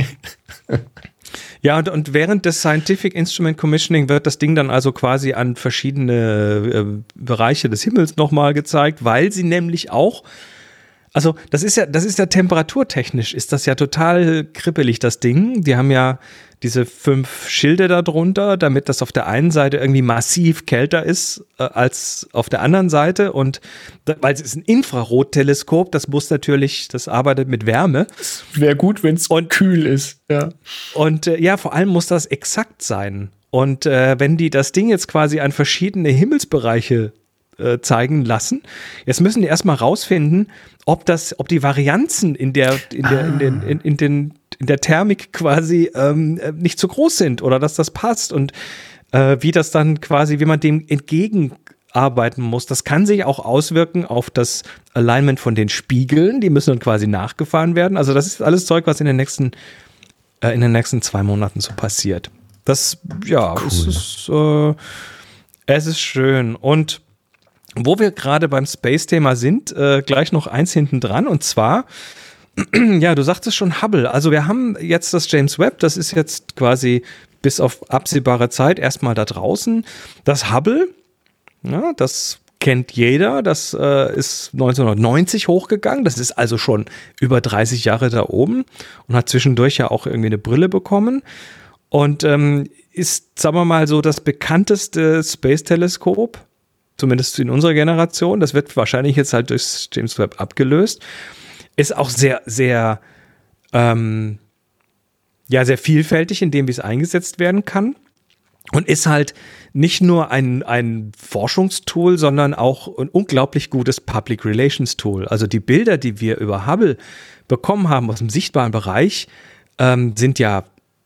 Ja, und, und während des Scientific Instrument Commissioning wird das Ding dann also quasi an verschiedene äh, Bereiche des Himmels nochmal gezeigt, weil sie nämlich auch, also das ist ja, das ist ja temperaturtechnisch, ist das ja total kribbelig, das Ding. Die haben ja diese fünf Schilde da drunter, damit das auf der einen Seite irgendwie massiv kälter ist äh, als auf der anderen Seite. Und da, weil es ist ein Infrarotteleskop, das muss natürlich, das arbeitet mit Wärme. Wäre gut, wenn es kühl ist. Ja. Und äh, ja, vor allem muss das exakt sein. Und äh, wenn die das Ding jetzt quasi an verschiedene Himmelsbereiche äh, zeigen lassen, jetzt müssen die erstmal rausfinden, ob das, ob die Varianzen in der, in der, ah. in den, in, in den in der Thermik quasi ähm, nicht zu groß sind oder dass das passt und äh, wie das dann quasi, wie man dem entgegenarbeiten muss. Das kann sich auch auswirken auf das Alignment von den Spiegeln. Die müssen dann quasi nachgefahren werden. Also das ist alles Zeug, was in den nächsten, äh, in den nächsten zwei Monaten so passiert. Das, ja, cool. es ist, äh, es ist schön. Und wo wir gerade beim Space-Thema sind, äh, gleich noch eins hinten dran, und zwar ja, du sagtest schon Hubble. Also wir haben jetzt das James Webb, das ist jetzt quasi bis auf absehbare Zeit erstmal da draußen. Das Hubble, ja, das kennt jeder, das äh, ist neunzehnhundertneunzig hochgegangen, das ist also schon über dreißig Jahre da oben und hat zwischendurch ja auch irgendwie eine Brille bekommen und ähm, ist, sagen wir mal so, das bekannteste Space-Teleskop, zumindest in unserer Generation. Das wird wahrscheinlich jetzt halt durchs James Webb abgelöst. Ist auch sehr, sehr, ähm, ja, sehr vielfältig in dem, wie es eingesetzt werden kann. Und ist halt nicht nur ein, ein Forschungstool, sondern auch ein unglaublich gutes Public Relations Tool. Also die Bilder, die wir über Hubble bekommen haben aus dem sichtbaren Bereich, ähm, sind ja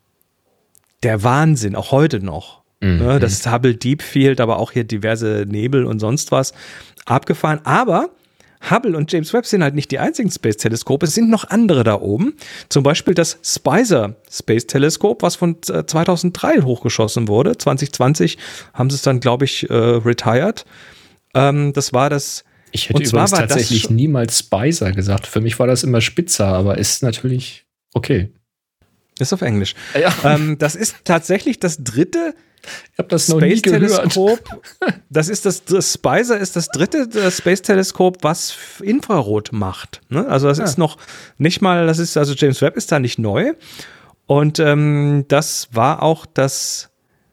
der Wahnsinn, auch heute noch. Mhm. Ne, das Hubble Deep Field, aber auch hier diverse Nebel und sonst was abgefahren. Aber Hubble und James Webb sind halt nicht die einzigen Space-Teleskope, es sind noch andere da oben. Zum Beispiel das Spicer Space-Teleskop, was von zweitausenddrei hochgeschossen wurde. zwanzig zwanzig haben sie es dann, glaube ich, äh, retired. Ähm, das war das. Ich hätte übrigens tatsächlich das, niemals Spicer gesagt. Für mich war das immer Spitzer, aber ist natürlich okay. Ist auf Englisch. Ja. Ähm, das ist tatsächlich das dritte Ich habe das noch nie gehört. Das ist das, das Spicer ist das dritte das Space-Teleskop, was Infrarot macht. Ne? Also das ja. ist noch nicht mal, das ist, also James Webb ist da nicht neu. Und ähm, das war auch das,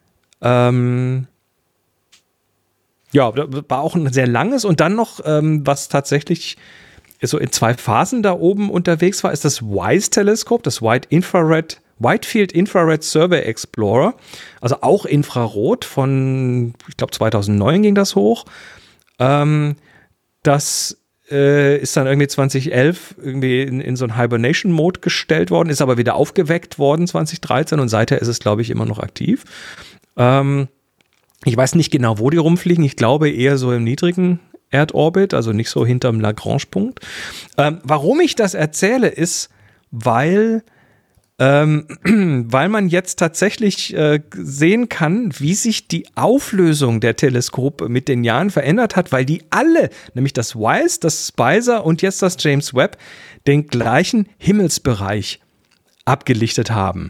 ähm, ja, war auch ein sehr langes und dann noch, ähm, was tatsächlich so in zwei Phasen da oben unterwegs war, ist das WISE-Teleskop, das Wide Infrared Wide Field Infrared Survey Explorer, also auch Infrarot von, ich glaube zweitausendneun ging das hoch. Ähm, das äh, ist dann irgendwie zweitausendelf irgendwie in, in so einen Hibernation-Mode gestellt worden, ist aber wieder aufgeweckt worden zweitausenddreizehn und seither ist es, glaube ich, immer noch aktiv. Ähm, ich weiß nicht genau, wo die rumfliegen, ich glaube eher so im niedrigen Erdorbit, also nicht so hinterm Lagrange-Punkt. Ähm, warum ich das erzähle, ist, weil Ähm, weil man jetzt tatsächlich äh, sehen kann, wie sich die Auflösung der Teleskope mit den Jahren verändert hat, weil die alle, nämlich das WISE, das Spicer und jetzt das James Webb, den gleichen Himmelsbereich abgelichtet haben.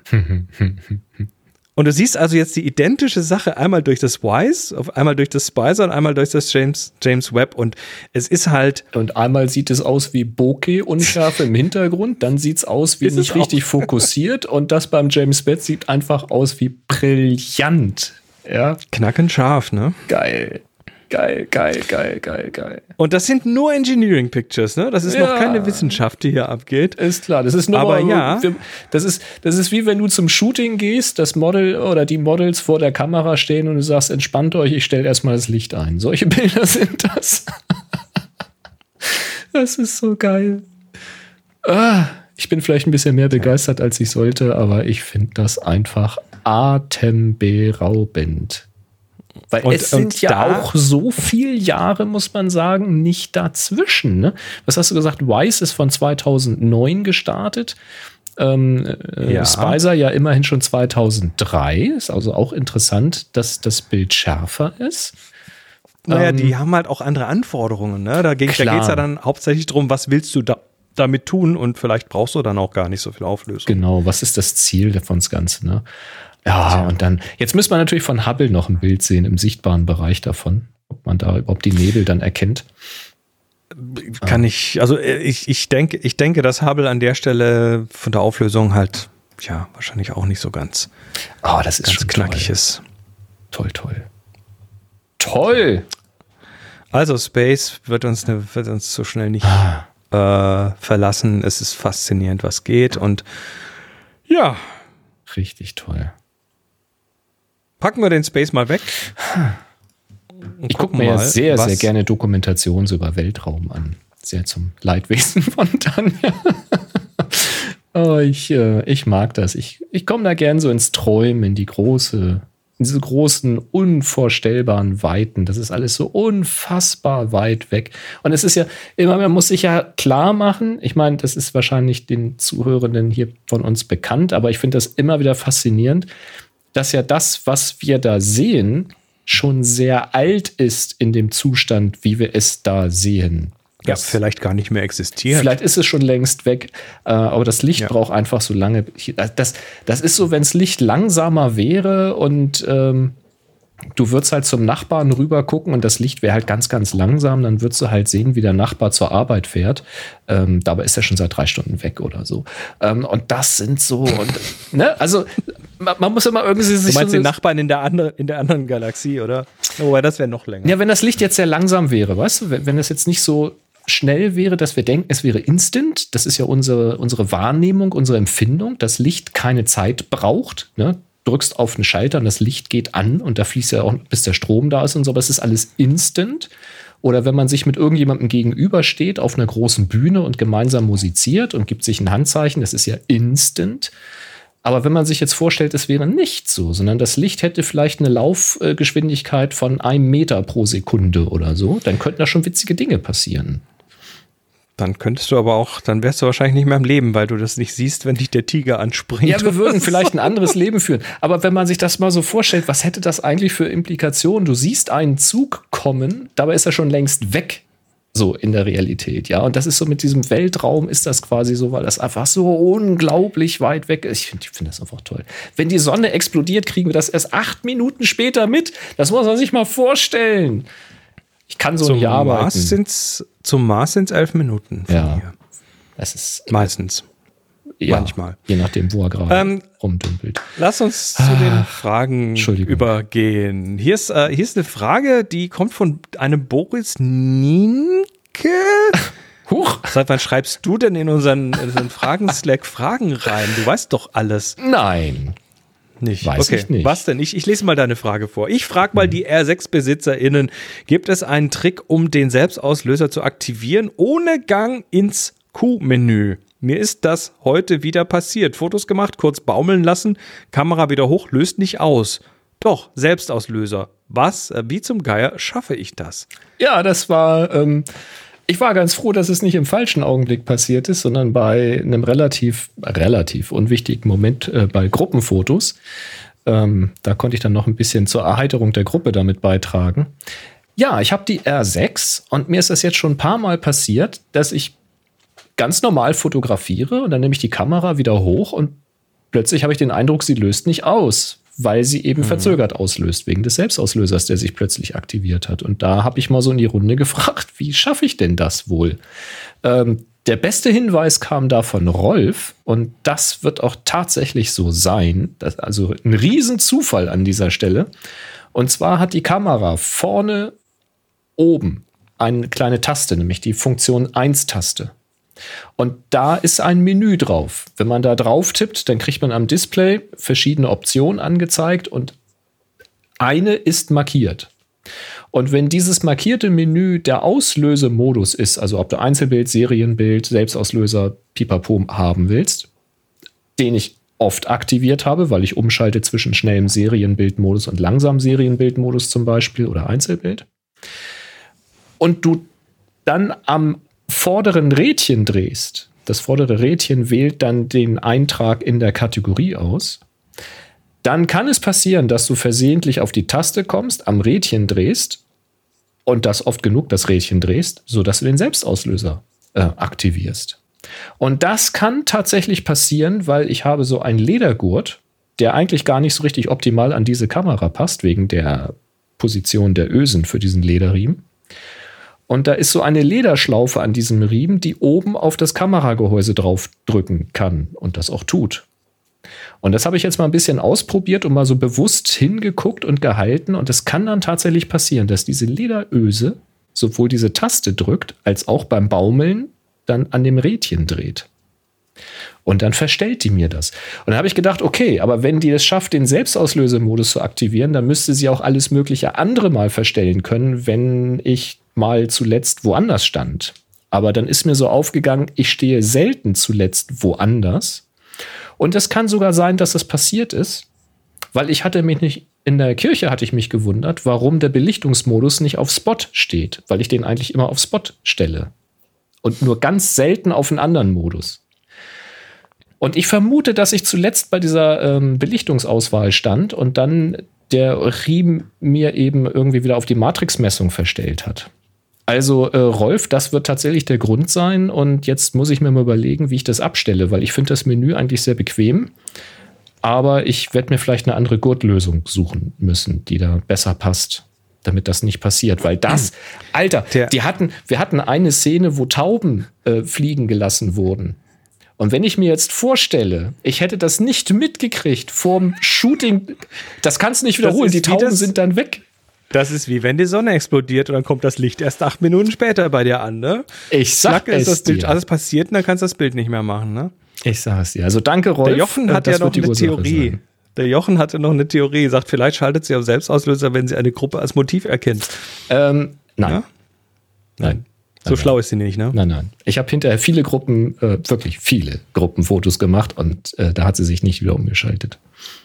Und du siehst also jetzt die identische Sache einmal durch das WISE, einmal durch das Spicer und einmal durch das James, James Webb und es ist halt... Und einmal sieht es aus wie Bokeh-Unschärfe im Hintergrund, dann sieht es aus wie nicht richtig fokussiert und das beim James Webb sieht einfach aus wie brillant. Ja? Knackend scharf, ne? Geil. Geil, geil, geil, geil, geil. Und das sind nur Engineering Pictures, ne? Das ist ja noch keine Wissenschaft, die hier abgeht. Ist klar, das ist nur aber mal, ja. das ist, das ist wie wenn du zum Shooting gehst, das Model oder die Models vor der Kamera stehen und du sagst, entspannt euch, ich stelle erstmal das Licht ein. Solche Bilder sind das. Das ist so geil. Ah, ich bin vielleicht ein bisschen mehr begeistert, als ich sollte, aber ich finde das einfach atemberaubend. Weil und, es sind ja auch so viele Jahre, muss man sagen, nicht dazwischen. Ne? Was hast du gesagt? WISE ist von zweitausendneun gestartet. Ähm, äh, ja. Spicer ja immerhin schon zweitausenddrei. Ist also auch interessant, dass das Bild schärfer ist. Naja, ähm, die haben halt auch andere Anforderungen. Ne? Da geht es ja dann hauptsächlich darum, was willst du da damit tun und vielleicht brauchst du dann auch gar nicht so viel Auflösung. Genau, was ist das Ziel davon das Ganze, ne? Ja, und dann, jetzt müssen wir natürlich von Hubble noch ein Bild sehen im sichtbaren Bereich davon, ob man da überhaupt die Nebel dann erkennt. Kann ich, also ich, ich denke, ich denke, dass Hubble an der Stelle von der Auflösung halt, ja, wahrscheinlich auch nicht so ganz, oh, das ist ganz schon knackig toll. ist. Toll, toll. Toll! Also Space wird uns, ne, wird uns so schnell nicht ah. äh, verlassen. Es ist faszinierend, was geht und ja. Richtig toll. Packen wir den Space mal weg. Ich gucke mir ja sehr, sehr gerne Dokumentationen über Weltraum an. Sehr zum Leidwesen von Tanja. Oh, ich, äh, ich mag das. Ich, ich komme da gern so ins Träumen, in die große, in diese großen, unvorstellbaren Weiten. Das ist alles so unfassbar weit weg. Und es ist ja immer, man muss sich ja klar machen, ich meine, das ist wahrscheinlich den Zuhörenden hier von uns bekannt, aber ich finde das immer wieder faszinierend, dass ja das, was wir da sehen, schon sehr alt ist in dem Zustand, wie wir es da sehen. ja, vielleicht gar nicht mehr existiert. Vielleicht ist es schon längst weg, äh, aber das Licht Ja. braucht einfach so lange. Das, das ist so, wenn das Licht langsamer wäre und ähm, du würdest halt zum Nachbarn rüber gucken und das Licht wäre halt ganz, ganz langsam, dann würdest du halt sehen, wie der Nachbar zur Arbeit fährt. Ähm, dabei ist er schon seit drei Stunden weg oder so. Ähm, und das sind so, und, ne, also man, man muss immer irgendwie sich. Du meinst so den Nachbarn in der, andere, in der anderen Galaxie, oder? Wobei, das wäre noch länger. Ja, wenn das Licht jetzt sehr langsam wäre, weißt du, wenn, wenn das jetzt nicht so schnell wäre, dass wir denken, es wäre instant, das ist ja unsere, unsere Wahrnehmung, unsere Empfindung, dass Licht keine Zeit braucht, ne? Drückst auf einen Schalter und das Licht geht an und da fließt ja auch, bis der Strom da ist und so, aber es ist alles instant. Oder wenn man sich mit irgendjemandem gegenübersteht auf einer großen Bühne und gemeinsam musiziert und gibt sich ein Handzeichen, das ist ja instant. Aber wenn man sich jetzt vorstellt, es wäre nicht so, sondern das Licht hätte vielleicht eine Laufgeschwindigkeit von einem Meter pro Sekunde oder so, dann könnten da schon witzige Dinge passieren. Dann könntest du aber auch, dann wärst du wahrscheinlich nicht mehr am Leben, weil du das nicht siehst, wenn dich der Tiger anspringt. Ja, wir würden vielleicht ein anderes Leben führen. Aber wenn man sich das mal so vorstellt, was hätte das eigentlich für Implikationen? Du siehst einen Zug kommen, dabei ist er schon längst weg. So in der Realität, ja. Und das ist so mit diesem Weltraum ist das quasi so, weil das einfach so unglaublich weit weg ist. Ich finde ich find das einfach toll. Wenn die Sonne explodiert, kriegen wir das erst acht Minuten später mit. Das muss man sich mal vorstellen. Ich kann so zum nicht arbeiten. Mars sind's, zum Mars sind es elf Minuten von Ja. hier. Das ist Meistens. ja, manchmal. Je nachdem, wo er gerade Ähm, rumdümpelt. Lass uns zu den Fragen Entschuldigung. übergehen. Hier ist, äh, hier ist eine Frage, die kommt von einem Boris Nienke. Huch! Seit wann schreibst du denn in unseren, in unseren Fragen-Slack Fragen rein? Du weißt doch alles. Nein. Nicht. Weiß okay. ich nicht. Was denn? Ich, ich lese mal deine Frage vor. Ich frage mal die R sechs BesitzerInnen, gibt es einen Trick, um den Selbstauslöser zu aktivieren, ohne Gang ins Q-Menü? Mir ist das heute wieder passiert. Fotos gemacht, kurz baumeln lassen, Kamera wieder hoch, löst nicht aus. Doch, Selbstauslöser. Was, äh, wie zum Geier schaffe ich das? Ja, das war, ähm, ich war ganz froh, dass es nicht im falschen Augenblick passiert ist, sondern bei einem relativ, relativ unwichtigen Moment äh, bei Gruppenfotos. Ähm, da konnte ich dann noch ein bisschen zur Erheiterung der Gruppe damit beitragen. Ja, ich habe die R sechs und mir ist das jetzt schon ein paar Mal passiert, dass ich ganz normal fotografiere und dann nehme ich die Kamera wieder hoch und plötzlich habe ich den Eindruck, sie löst nicht aus, weil sie eben mhm. verzögert auslöst, wegen des Selbstauslösers, der sich plötzlich aktiviert hat. Und da habe ich mal so in die Runde gefragt, wie schaffe ich denn das wohl? Ähm, der beste Hinweis kam da von Rolf und das wird auch tatsächlich so sein. Das, also ein Riesenzufall an dieser Stelle. Und zwar hat die Kamera vorne oben eine kleine Taste, nämlich die Funktion eins-Taste. Und da ist ein Menü drauf. Wenn man da drauf tippt, dann kriegt man am Display verschiedene Optionen angezeigt und eine ist markiert. Und wenn dieses markierte Menü der Auslösemodus ist, also ob du Einzelbild, Serienbild, Selbstauslöser, Pipapo haben willst, den ich oft aktiviert habe, weil ich umschalte zwischen schnellem Serienbildmodus und langsamem Serienbildmodus zum Beispiel oder Einzelbild, und du dann am vorderen Rädchen drehst, das vordere Rädchen wählt dann den Eintrag in der Kategorie aus, dann kann es passieren, dass du versehentlich auf die Taste kommst, am Rädchen drehst und das oft genug das Rädchen drehst, sodass du den Selbstauslöser äh, aktivierst. Und das kann tatsächlich passieren, weil ich habe so einen Ledergurt, der eigentlich gar nicht so richtig optimal an diese Kamera passt, wegen der Position der Ösen für diesen Lederriemen. Und da ist so eine Lederschlaufe an diesem Riemen, die oben auf das Kameragehäuse draufdrücken kann und das auch tut. Und das habe ich jetzt mal ein bisschen ausprobiert und mal so bewusst hingeguckt und gehalten. Und es kann dann tatsächlich passieren, dass diese Lederöse sowohl diese Taste drückt, als auch beim Baumeln dann an dem Rädchen dreht. Und dann verstellt die mir das. Und dann habe ich gedacht, okay, aber wenn die es schafft, den Selbstauslösemodus zu aktivieren, dann müsste sie auch alles mögliche andere mal verstellen können, wenn ich mal zuletzt woanders stand. Aber dann ist mir so aufgegangen, ich stehe selten zuletzt woanders. Und es kann sogar sein, dass das passiert ist, weil ich hatte mich nicht, in der Kirche hatte ich mich gewundert, warum der Belichtungsmodus nicht auf Spot steht, weil ich den eigentlich immer auf Spot stelle. Und nur ganz selten auf einen anderen Modus. Und ich vermute, dass ich zuletzt bei dieser ähm, Belichtungsauswahl stand und dann der Riemen mir eben irgendwie wieder auf die Matrixmessung verstellt hat. Also äh, Rolf, das wird tatsächlich der Grund sein und jetzt muss ich mir mal überlegen, wie ich das abstelle, weil ich finde das Menü eigentlich sehr bequem, aber ich werde mir vielleicht eine andere Gurtlösung suchen müssen, die da besser passt, damit das nicht passiert, weil das, Alter, Der- die hatten, wir hatten eine Szene, wo Tauben äh, fliegen gelassen wurden. Und wenn ich mir jetzt vorstelle, ich hätte das nicht mitgekriegt vorm Shooting, das kannst du nicht wiederholen, ist die wie Tauben das- sind dann weg. Das ist wie wenn die Sonne explodiert und dann kommt das Licht erst acht Minuten später bei dir an, ne? Ich sag Zack, ist es das Bild, dir. alles passiert und dann kannst du das Bild nicht mehr machen, ne? Ich sag es dir. Also danke, Rolf. Der Jochen Äh, hat das ja noch wird die eine Ursache Theorie. sein. Der Jochen hatte noch eine Theorie, sagt, vielleicht schaltet sie auf Selbstauslöser, wenn sie eine Gruppe als Motiv erkennt. Ähm, nein. Ja? Nein. So Nein, schlau ist sie nicht, ne? Nein, nein. Ich habe hinterher viele Gruppen, äh, wirklich viele Gruppenfotos gemacht und äh, da hat sie sich nicht wieder umgeschaltet.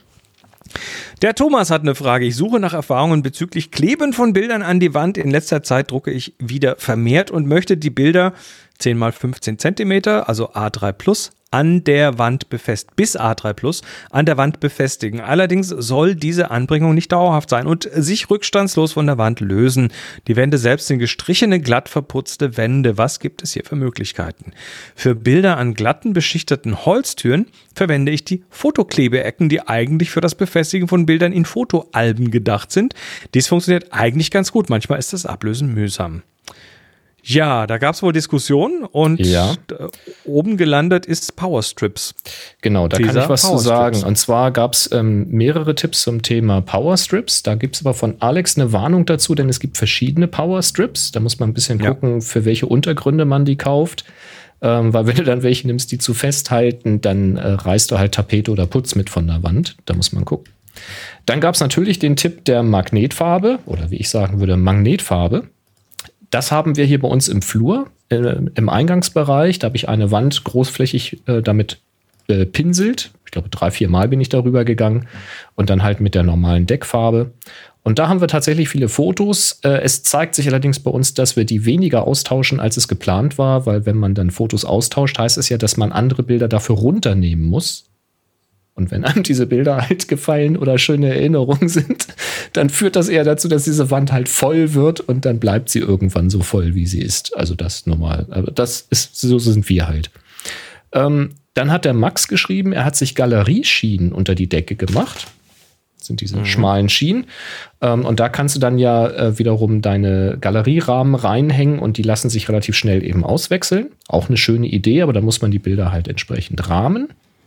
Der Thomas hat eine Frage. Ich suche nach Erfahrungen bezüglich Kleben von Bildern an die Wand. In letzter Zeit drucke ich wieder vermehrt und möchte die Bilder zehn mal fünfzehn Zentimeter, also A drei plus, an der Wand befestigen, bis A drei plus, an der Wand befestigen. Allerdings soll diese Anbringung nicht dauerhaft sein und sich rückstandslos von der Wand lösen. Die Wände selbst sind gestrichene, glatt verputzte Wände. Was gibt es hier für Möglichkeiten? Für Bilder an glatten, beschichteten Holztüren verwende ich die Fotoklebeecken, die eigentlich für das Befestigen von Bildern in Fotoalben gedacht sind. Dies funktioniert eigentlich ganz gut. Manchmal ist das Ablösen mühsam. Ja, da gab es wohl Diskussionen und Ja. äh, oben gelandet ist Powerstrips. Genau, da kann Dieser ich was zu Powerstrips. sagen. Und zwar gab es ähm, mehrere Tipps zum Thema Powerstrips. Da gibt es aber von Alex eine Warnung dazu, denn es gibt verschiedene Powerstrips. Da muss man ein bisschen Ja. gucken, für welche Untergründe man die kauft. Ähm, weil wenn du dann welche nimmst, die zu festhalten, dann äh, reißt du halt Tapete oder Putz mit von der Wand. Da muss man gucken. Dann gab es natürlich den Tipp der Magnetfarbe oder wie ich sagen würde, Magnetfarbe. Das haben wir hier bei uns im Flur, äh, im Eingangsbereich. Da habe ich eine Wand großflächig äh, damit äh, pinselt. Ich glaube, drei, vier Mal bin ich darüber gegangen. Und dann halt mit der normalen Deckfarbe. Und da haben wir tatsächlich viele Fotos. Äh, es zeigt sich allerdings bei uns, dass wir die weniger austauschen, als es geplant war. Weil wenn man dann Fotos austauscht, heißt es ja, dass man andere Bilder dafür runternehmen muss. Und wenn einem diese Bilder halt gefallen oder schöne Erinnerungen sind, dann führt das eher dazu, dass diese Wand halt voll wird und dann bleibt sie irgendwann so voll, wie sie ist. Also das normal. Aber das ist, so sind wir halt. Ähm, dann hat der Max geschrieben, er hat sich Galerieschienen unter die Decke gemacht. Das sind diese mhm. schmalen Schienen. Ähm, und da kannst du dann ja äh, wiederum deine Galerierahmen reinhängen und die lassen sich relativ schnell eben auswechseln. Auch eine schöne Idee, aber da muss man die Bilder halt entsprechend rahmen.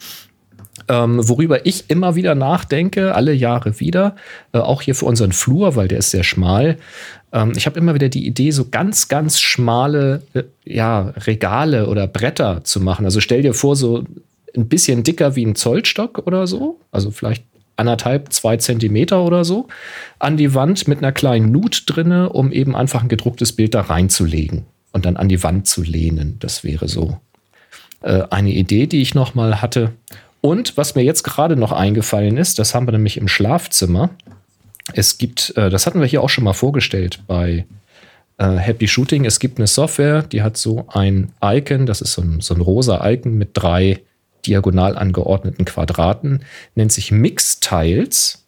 Ähm, worüber ich immer wieder nachdenke, alle Jahre wieder, äh, auch hier für unseren Flur, weil der ist sehr schmal. Ähm, ich habe immer wieder die Idee, so ganz, ganz schmale äh, ja, Regale oder Bretter zu machen. Also stell dir vor, so ein bisschen dicker wie ein Zollstock oder so, also vielleicht anderthalb, zwei Zentimeter oder so, an die Wand mit einer kleinen Nut drinne, um eben einfach ein gedrucktes Bild da reinzulegen und dann an die Wand zu lehnen. Das wäre so äh, eine Idee, die ich noch mal hatte. Und was mir jetzt gerade noch eingefallen ist, das haben wir nämlich im Schlafzimmer. Es gibt, äh, das hatten wir hier auch schon mal vorgestellt bei äh, Happy Shooting. Es gibt eine Software, die hat so ein Icon, das ist so ein, so ein rosa Icon mit drei diagonal angeordneten Quadraten, nennt sich Mixtiles.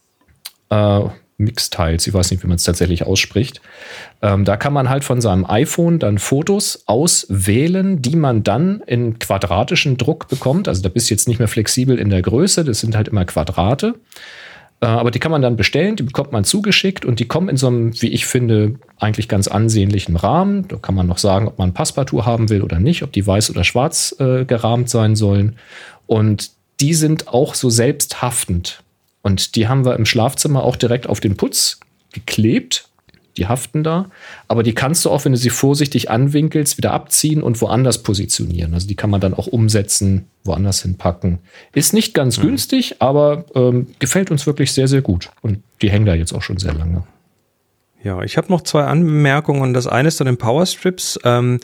Äh, Mixtiles, ich weiß nicht, wie man es tatsächlich ausspricht. Ähm, da kann man halt von seinem iPhone dann Fotos auswählen, die man dann in quadratischen Druck bekommt. Also da bist du jetzt nicht mehr flexibel in der Größe, das sind halt immer Quadrate. Äh, aber die kann man dann bestellen, die bekommt man zugeschickt und die kommen in so einem, wie ich finde, eigentlich ganz ansehnlichen Rahmen. Da kann man noch sagen, ob man ein Passepartout haben will oder nicht, ob die weiß oder schwarz äh, gerahmt sein sollen. Und die sind auch so selbsthaftend. Und die haben wir im Schlafzimmer auch direkt auf den Putz geklebt. Die haften da. Aber die kannst du auch, wenn du sie vorsichtig anwinkelst, wieder abziehen und woanders positionieren. Also die kann man dann auch umsetzen, woanders hinpacken. Ist nicht ganz mhm. günstig, aber ähm, gefällt uns wirklich sehr, sehr gut. Und die hängen da jetzt auch schon sehr lange. Ja, ich habe noch zwei Anmerkungen. Das eine ist zu den Powerstrips. Ähm,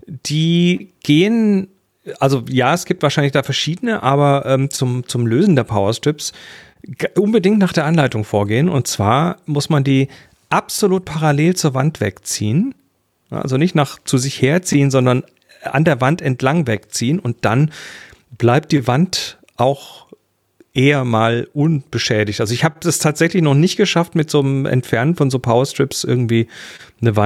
die gehen, also ja, es gibt wahrscheinlich da verschiedene, aber ähm, zum, zum Lösen der Powerstrips unbedingt nach der Anleitung vorgehen. Und zwar muss man die absolut parallel zur Wand wegziehen. Also nicht nach zu sich herziehen, sondern an der Wand entlang wegziehen. Und dann bleibt die Wand auch eher mal unbeschädigt. Also ich habe das tatsächlich noch nicht geschafft, mit so einem Entfernen von so Powerstrips irgendwie eine Wand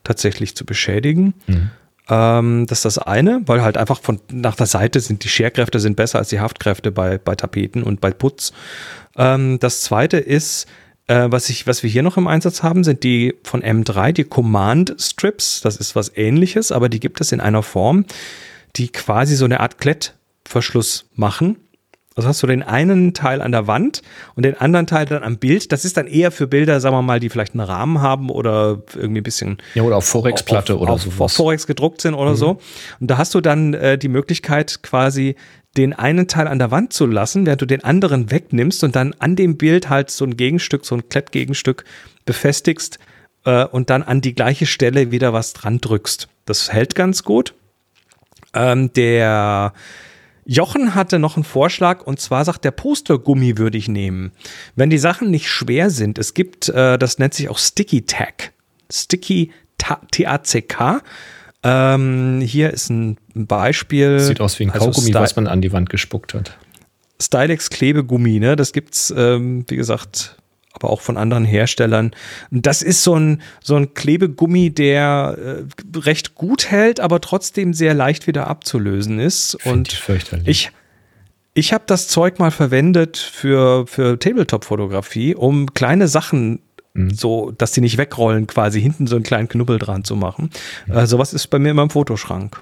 tatsächlich zu beschädigen. Mhm. Ähm, das ist das eine, weil halt einfach von nach der Seite sind die Scherkräfte sind besser als die Haftkräfte bei, bei Tapeten und bei Putz. Ähm, das zweite ist, äh, was, ich, was wir hier noch im Einsatz haben, sind die von M drei, die Command Strips. Das ist was Ähnliches, aber die gibt es in einer Form, die quasi so eine Art Klettverschluss machen. Also hast du den einen Teil an der Wand und den anderen Teil dann am Bild. Das ist dann eher für Bilder, sagen wir mal, die vielleicht einen Rahmen haben oder irgendwie ein bisschen. Ja, oder auf Forex-Platte auf, oder auf, sowas. Auf Forex gedruckt sind oder mhm. so. Und da hast du dann äh, die Möglichkeit, quasi den einen Teil an der Wand zu lassen, während du den anderen wegnimmst und dann an dem Bild halt so ein Gegenstück, so ein Klettgegenstück befestigst äh, und dann an die gleiche Stelle wieder was dran drückst. Das hält ganz gut. Ähm, der Jochen hatte noch einen Vorschlag und zwar sagt der Postergummi würde ich nehmen. Wenn die Sachen nicht schwer sind, es gibt, äh, das nennt sich auch Sticky Tack. Sticky T A C K. Ähm, hier ist ein Beispiel. Sieht aus wie ein also Kaugummi, Sty- was man an die Wand gespuckt hat. Stylex Klebegummi, ne? Das gibt's, ähm, wie gesagt, aber auch von anderen Herstellern. Das ist so ein, so ein Klebegummi, der äh, recht gut hält, aber trotzdem sehr leicht wieder abzulösen ist. Find und ich fürchterlich. ich, ich habe das Zeug mal verwendet für, für Tabletop-Fotografie, um kleine Sachen mhm. so, dass die nicht wegrollen, quasi hinten so einen kleinen Knubbel dran zu machen. Mhm. Äh, sowas ist bei mir immer im Fotoschrank.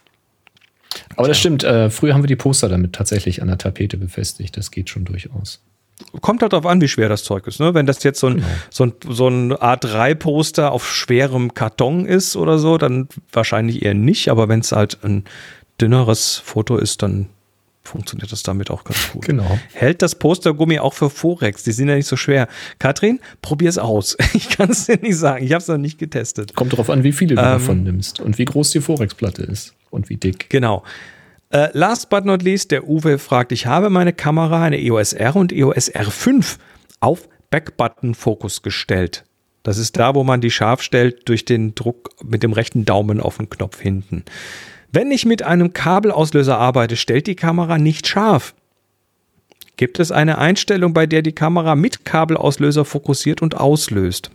Aber das stimmt, äh, früher haben wir die Poster damit tatsächlich an der Tapete befestigt. Das geht schon durchaus. Kommt halt darauf an, wie schwer das Zeug ist. Ne? Wenn das jetzt so ein, genau. so ein, so ein A drei Poster auf schwerem Karton ist oder so, dann wahrscheinlich eher nicht. Aber wenn es halt ein dünneres Foto ist, dann funktioniert das damit auch ganz gut. Genau. Hält das Postergummi auch für Forex? Die sind ja nicht so schwer. Katrin, probier es aus. Ich kann es dir nicht sagen. Ich habe es noch nicht getestet. Kommt darauf an, wie viele du Ähm, davon nimmst und wie groß die Forex-Platte ist und wie dick. Genau. Uh, last but not least, der Uwe fragt, ich habe meine Kamera, eine E O S R und E O S R fünf auf Backbutton-Fokus gestellt. Das ist da, wo man die scharf stellt durch den Druck mit dem rechten Daumen auf den Knopf hinten. Wenn ich mit einem Kabelauslöser arbeite, stellt die Kamera nicht scharf. Gibt es eine Einstellung, bei der die Kamera mit Kabelauslöser fokussiert und auslöst?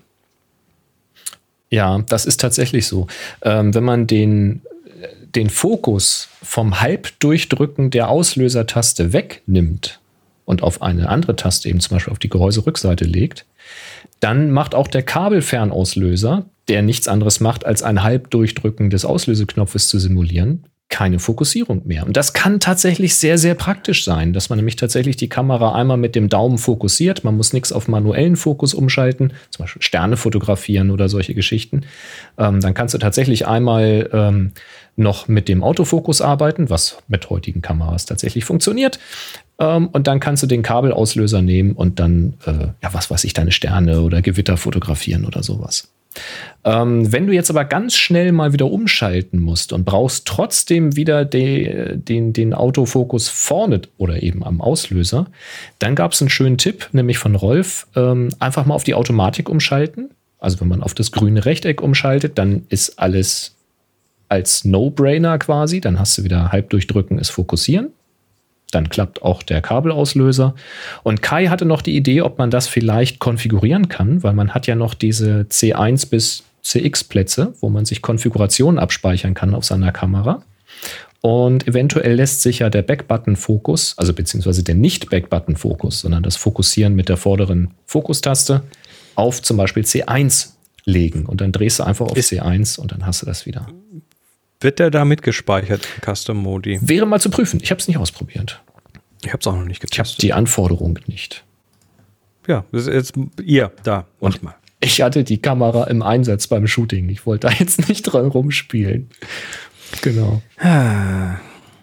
Ja, das ist tatsächlich so. Ähm, wenn man den den Fokus vom Halbdurchdrücken der Auslösertaste wegnimmt und auf eine andere Taste, eben zum Beispiel auf die Gehäuserückseite legt, dann macht auch der Kabelfernauslöser, der nichts anderes macht, als ein Halbdurchdrücken des Auslöseknopfes zu simulieren, keine Fokussierung mehr. Und das kann tatsächlich sehr, sehr praktisch sein, dass man nämlich tatsächlich die Kamera einmal mit dem Daumen fokussiert. Man muss nichts auf manuellen Fokus umschalten, zum Beispiel Sterne fotografieren oder solche Geschichten. Ähm, dann kannst du tatsächlich einmal ähm, noch mit dem Autofokus arbeiten, was mit heutigen Kameras tatsächlich funktioniert. Ähm, und dann kannst du den Kabelauslöser nehmen und dann, äh, ja, was weiß ich, deine Sterne oder Gewitter fotografieren oder sowas. Ähm, wenn du jetzt aber ganz schnell mal wieder umschalten musst und brauchst trotzdem wieder de, den, den Autofokus vorne oder eben am Auslöser, dann gab es einen schönen Tipp, nämlich von Rolf, ähm, einfach mal auf die Automatik umschalten. Also wenn man auf das grüne Rechteck umschaltet, dann ist alles als No-Brainer quasi. Dann hast du wieder Halbdurchdrücken, ist fokussieren. Dann klappt auch der Kabelauslöser. Und Kai hatte noch die Idee, ob man das vielleicht konfigurieren kann, weil man hat ja noch diese C eins bis C X Plätze, wo man sich Konfigurationen abspeichern kann auf seiner Kamera. Und eventuell lässt sich ja der Backbutton-Fokus, also beziehungsweise der Nicht-Backbutton-Fokus, sondern das Fokussieren mit der vorderen Fokustaste auf zum Beispiel C eins legen. Und dann drehst du einfach auf C eins und dann hast du das wieder. Wird der da mitgespeichert in Custom Modi? Wäre mal zu prüfen. Ich habe es nicht ausprobiert. Ich habe es auch noch nicht Ich habe getestet. die Anforderung nicht. Ja, das ist jetzt ihr da manchmal. Ich hatte die Kamera im Einsatz beim Shooting. Ich wollte da jetzt nicht dran rumspielen. Genau. Ah,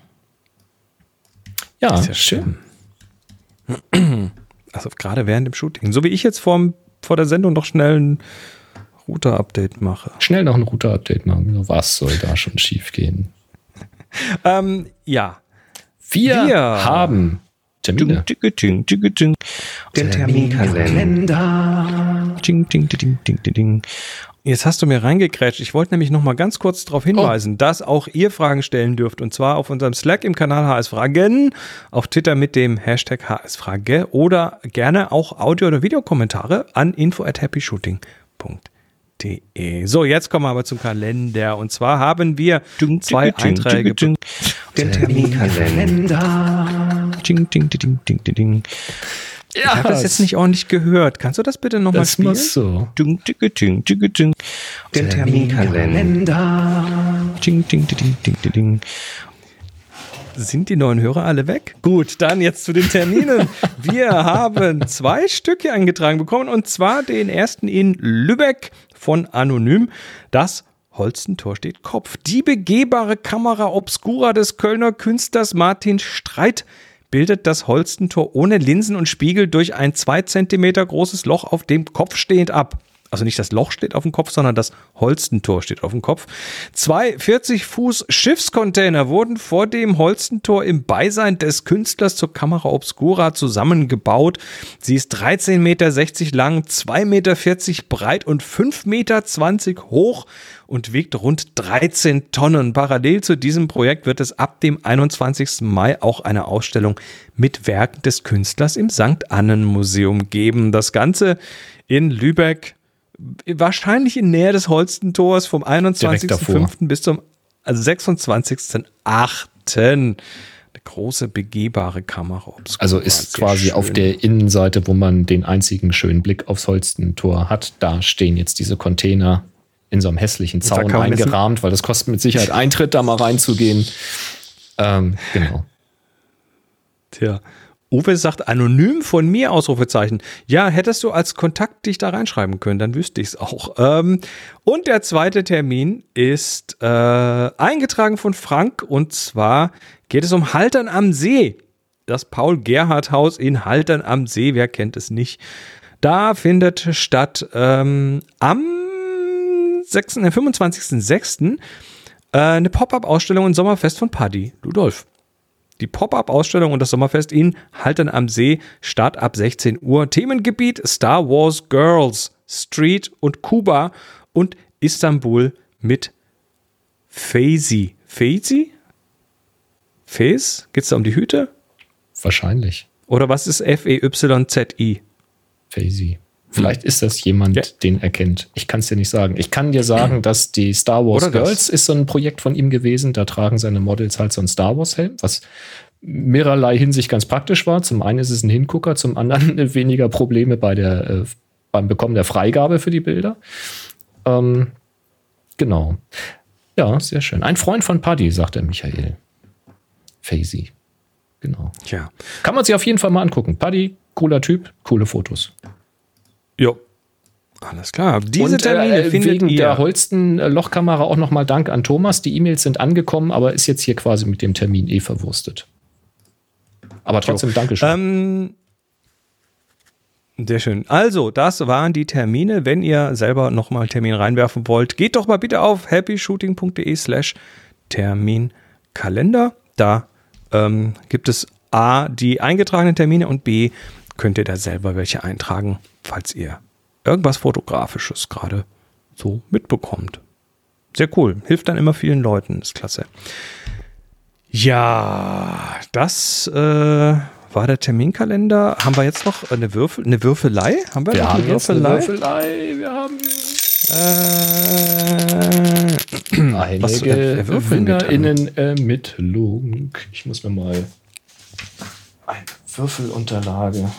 Ja, ist ja schön. Also gerade während dem Shooting. So wie ich jetzt vorm, vor der Sendung noch schnell ein Router-Update mache. Schnell noch ein Router-Update machen. Was soll da schon schief gehen? Ähm, ja. Wir, Wir haben Termine. Den Terminkalender. Ding, ding, ding, ding, ding, ding. Jetzt hast du mir reingekrätscht. Ich wollte nämlich noch mal ganz kurz darauf hinweisen, oh. dass auch ihr Fragen stellen dürft. Und zwar auf unserem Slack im Kanal H S Fragen, auf Twitter mit dem Hashtag H S Frage oder gerne auch Audio- oder Videokommentare an info at happyshooting punkt de. So, jetzt kommen wir aber zum Kalender. Und zwar haben wir zwei Einträge. Den Terminkalender. Ding, ding, ding, ding, ding, ding. Ich Ja, habe das jetzt nicht ordentlich gehört. Kannst du das bitte nochmal das spielen? muss so. Den Terminkalender. Ding, ding, ding, ding, ding, ding. Sind die neuen Hörer alle weg? Gut, dann jetzt zu den Terminen. Wir haben zwei Stück hier eingetragen bekommen und zwar den ersten in Lübeck von Anonym. Das Holstentor steht Kopf. Die begehbare Kamera Obscura des Kölner Künstlers Martin Streit bildet das Holstentor ohne Linsen und Spiegel durch ein zwei Zentimeter großes Loch auf dem Kopf stehend ab. Also nicht das Loch steht auf dem Kopf, sondern das Holstentor steht auf dem Kopf. Zwei vierzig Fuß Schiffscontainer wurden vor dem Holstentor im Beisein des Künstlers zur Kamera Obscura zusammengebaut. Sie ist dreizehn Meter sechzig lang, zwei Meter vierzig breit und fünf Meter zwanzig hoch und wiegt rund dreizehn Tonnen. Parallel zu diesem Projekt wird es ab dem einundzwanzigsten Mai auch eine Ausstellung mit Werken des Künstlers im Sankt Annen Museum geben. Das Ganze in Lübeck, wahrscheinlich in Nähe des Holstentors vom einundzwanzigsten fünften bis zum sechsundzwanzigsten achten Eine große begehbare Kamera. Obscura. Also ist Sehr quasi schön. auf der Innenseite, wo man den einzigen schönen Blick aufs Holstentor hat, da stehen jetzt diese Container in so einem hässlichen da Zaun kann man eingerahmt, weil das kostet mit Sicherheit Eintritt, da mal reinzugehen. Ähm, genau. Tja. Uwe sagt anonym von mir, Ausrufezeichen. Ja, hättest du als Kontakt dich da reinschreiben können, dann wüsste ich es auch. Ähm, und der zweite Termin ist äh, eingetragen von Frank und zwar geht es um Haltern am See. Das Paul-Gerhardt-Haus in Haltern am See, wer kennt es nicht. Da findet statt ähm, am fünfundzwanzigsten sechsten äh, eine Pop-Up-Ausstellung und Sommerfest von Paddy Ludolf. Die Pop-Up-Ausstellung und das Sommerfest in Haltern am See, Start ab sechzehn Uhr. Themengebiet Star Wars Girls, Street und Kuba und Istanbul mit Fezi. Fezi? Fez? Geht's da um die Hüte? Wahrscheinlich. Oder was ist F E Y Z I? Fazy. Vielleicht ist das jemand, Ja. den er kennt. Ich kann es dir nicht sagen. Ich kann dir sagen, dass die Star Wars Oder das. Girls ist so ein Projekt von ihm gewesen. Da tragen seine Models halt so einen Star Wars Helm, was mehrerlei Hinsicht ganz praktisch war. Zum einen ist es ein Hingucker, zum anderen weniger Probleme bei der, äh, beim Bekommen der Freigabe für die Bilder. Ähm, genau. Ja, sehr schön. Ein Freund von Paddy, sagt der Michael. Fazy. Genau. Tja. Kann man sich auf jeden Fall mal angucken. Paddy, cooler Typ, coole Fotos. Jo. Alles klar. Diese Und, Termine äh, findet wegen ihr. der Holsten-Lochkamera auch nochmal Dank an Thomas. Die E-Mails sind angekommen, aber ist jetzt hier quasi mit dem Termin eh verwurstet. Aber trotzdem Dankeschön. Ähm, sehr schön. Also, das waren die Termine. Wenn ihr selber nochmal einen Termin reinwerfen wollt, geht doch mal bitte auf happyshooting.de slash Terminkalender. Da ähm, gibt es A, die eingetragenen Termine und B, könnt ihr da selber welche eintragen, falls ihr irgendwas Fotografisches gerade so mitbekommt. Sehr cool. Hilft dann immer vielen Leuten. Ist klasse. Ja, das äh, war der Terminkalender. Haben wir jetzt noch eine Würfel, eine Würfelei? Haben wir, wir noch haben eine jetzt eine Würfelei? Würfelei. Wir haben Äh, einige was, äh, wer würfeln mit? WinnerInnen-Ermittlung. Ich muss mir mal eine Würfelunterlage.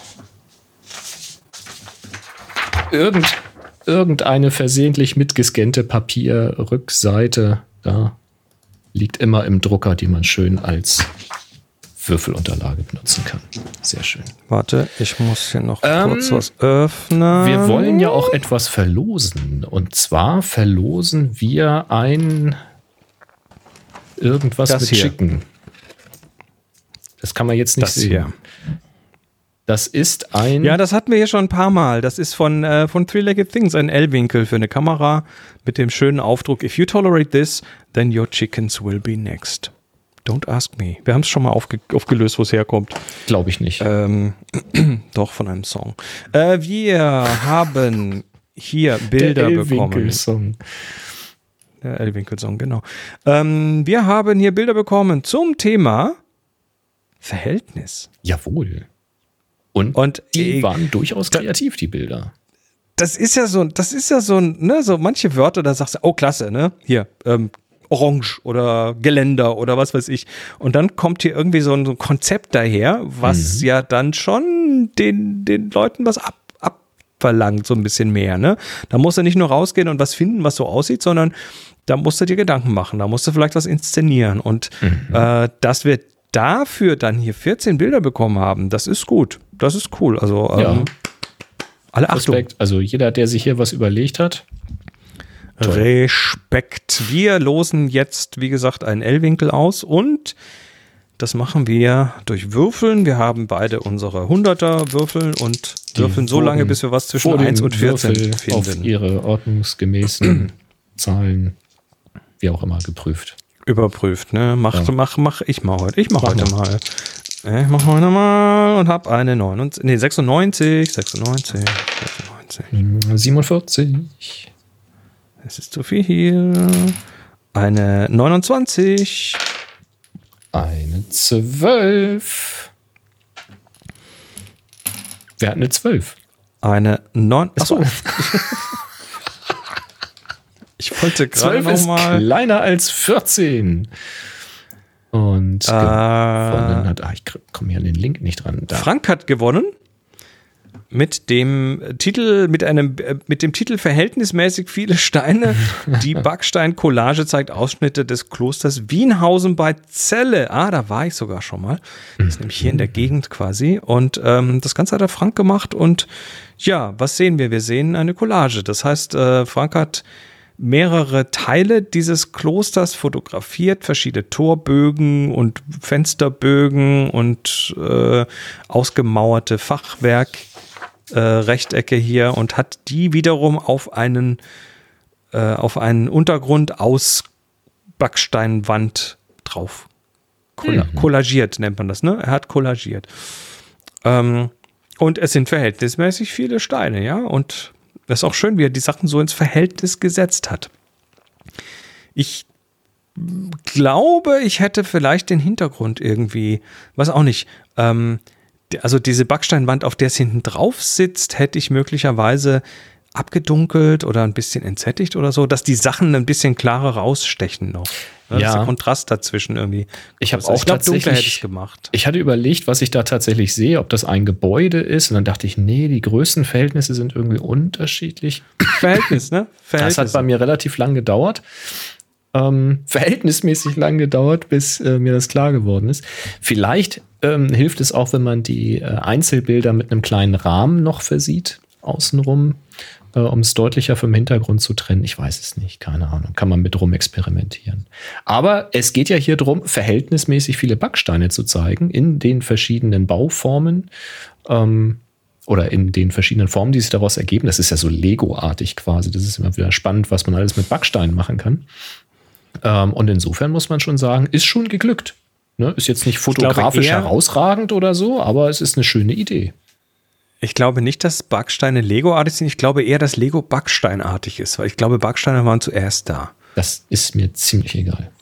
Irgend, irgendeine versehentlich mitgescannte Papierrückseite. Da liegt immer im Drucker, die man schön als Würfelunterlage benutzen kann. Sehr schön. Warte, ich muss hier noch Ähm, kurz was öffnen. Wir wollen ja auch etwas verlosen. Und zwar verlosen wir ein irgendwas Das mit hier. Chicken. Das kann man jetzt nicht Das sehen. hier. Das ist ein... Ja, das hatten wir hier schon ein paar Mal. Das ist von, äh, von Three-Legged Things, ein L-Winkel für eine Kamera mit dem schönen Aufdruck: If you tolerate this, then your chickens will be next. Don't ask me. Wir haben es schon mal aufge aufgelöst, wo es herkommt. Glaube ich nicht. Ähm, doch, von einem Song. Äh, wir haben hier Bilder Der bekommen. L-Winkel-Song. Der L-Winkel-Song, genau. Ähm, wir haben hier Bilder bekommen zum Thema Verhältnis. Jawohl. Und, Und die äh, waren durchaus kreativ, die Bilder. das ist ja so, das ist ja so, ne, so manche Wörter, da sagst du, oh klasse, ne, hier, ähm, Orange oder Geländer oder was weiß ich. Und dann kommt hier irgendwie so ein, so ein Konzept daher, was mhm. ja dann schon den, den Leuten was ab, abverlangt, so ein bisschen mehr, ne? Da musst du nicht nur rausgehen und was finden, was so aussieht, sondern da musst du dir Gedanken machen, da musst du vielleicht was inszenieren. Und mhm. äh, dass wir dafür dann hier vierzehn Bilder bekommen haben, das ist gut. Das ist cool. Also ähm, ja. alle Achtung. Respekt. Also jeder, der sich hier was überlegt hat. Toll. Respekt. Wir losen jetzt, wie gesagt, einen L-Winkel aus und das machen wir durch Würfeln. Wir haben beide unsere Hunderter-Würfel und Die würfeln so lange, bis wir was zwischen eins und vierzehn Würfel finden. Auf ihre ordnungsgemäßen Zahlen, wie auch immer, geprüft. Überprüft, ne? Mach, Ja. mach, mach ich mal heute. Ich mach, Mach heute mal. mal. Ich mach heute mal und hab eine neunundneunzig, nee, sechsundneunzig, sechsundneunzig, sechsundneunzig. siebenundvierzig. Es ist zu viel hier. Eine neunundzwanzig. Eine zwölf. Wer hat eine zwölf? Eine neun. Achso. Achso. Ich wollte gerade zwölf noch ist mal. kleiner als vierzehn. Und Äh, gewonnen hat, ah, ich komme hier an den Link nicht dran. Da. Frank hat gewonnen mit dem Titel, mit einem, äh, mit dem Titel Verhältnismäßig viele Steine. Die Backstein-Collage zeigt Ausschnitte des Klosters Wienhausen bei Celle. Ah, da war ich sogar schon mal. Das ist nämlich hier in der Gegend quasi. Und ähm, das Ganze hat der Frank gemacht. Und ja, was sehen wir? Wir sehen eine Collage. Das heißt, äh, Frank hat mehrere Teile dieses Klosters fotografiert, verschiedene Torbögen und Fensterbögen und äh, ausgemauerte Fachwerk, äh, Rechtecke hier und hat die wiederum auf einen, äh, auf einen Untergrund aus Backsteinwand drauf colla- Mhm. kollagiert, nennt man das, ne? Er hat kollagiert. Ähm, und es sind verhältnismäßig viele Steine, ja, und das ist auch schön, wie er die Sachen so ins Verhältnis gesetzt hat. Ich glaube, ich hätte vielleicht den Hintergrund irgendwie, was auch nicht, ähm, die- also diese Backsteinwand, auf der es hinten drauf sitzt, hätte ich möglicherweise abgedunkelt oder ein bisschen entsättigt oder so, dass die Sachen ein bisschen klarer rausstechen noch. Ja, Ja. dass der Kontrast dazwischen irgendwie. Ich habe Also auch glaub, dunkler tatsächlich, hätte ich's gemacht. ich hatte überlegt, was ich da tatsächlich sehe, ob das ein Gebäude ist. Und dann dachte ich, nee, die Größenverhältnisse sind irgendwie unterschiedlich. Verhältnis, ne? Verhältnis. Das hat bei mir relativ lang gedauert. Ähm, verhältnismäßig lang gedauert, bis äh, mir das klar geworden ist. Vielleicht ähm, hilft es auch, wenn man die äh, Einzelbilder mit einem kleinen Rahmen noch versieht, außenrum, äh, um es deutlicher vom Hintergrund zu trennen. Ich weiß es nicht, keine Ahnung. Kann man mit rum experimentieren. Aber es geht ja hier darum, verhältnismäßig viele Backsteine zu zeigen in den verschiedenen Bauformen. Ähm, oder in den verschiedenen Formen, die sich daraus ergeben. Das ist ja so Lego-artig quasi. Das ist immer wieder spannend, was man alles mit Backsteinen machen kann. Ähm, und insofern muss man schon sagen, ist schon geglückt. Ne? Ist jetzt nicht fotografisch eher- herausragend oder so, aber es ist eine schöne Idee. Ich glaube nicht, dass Backsteine Lego-artig sind. Ich glaube eher, dass Lego Backsteinartig ist, weil ich glaube, Backsteine waren zuerst da. Das ist mir ziemlich egal.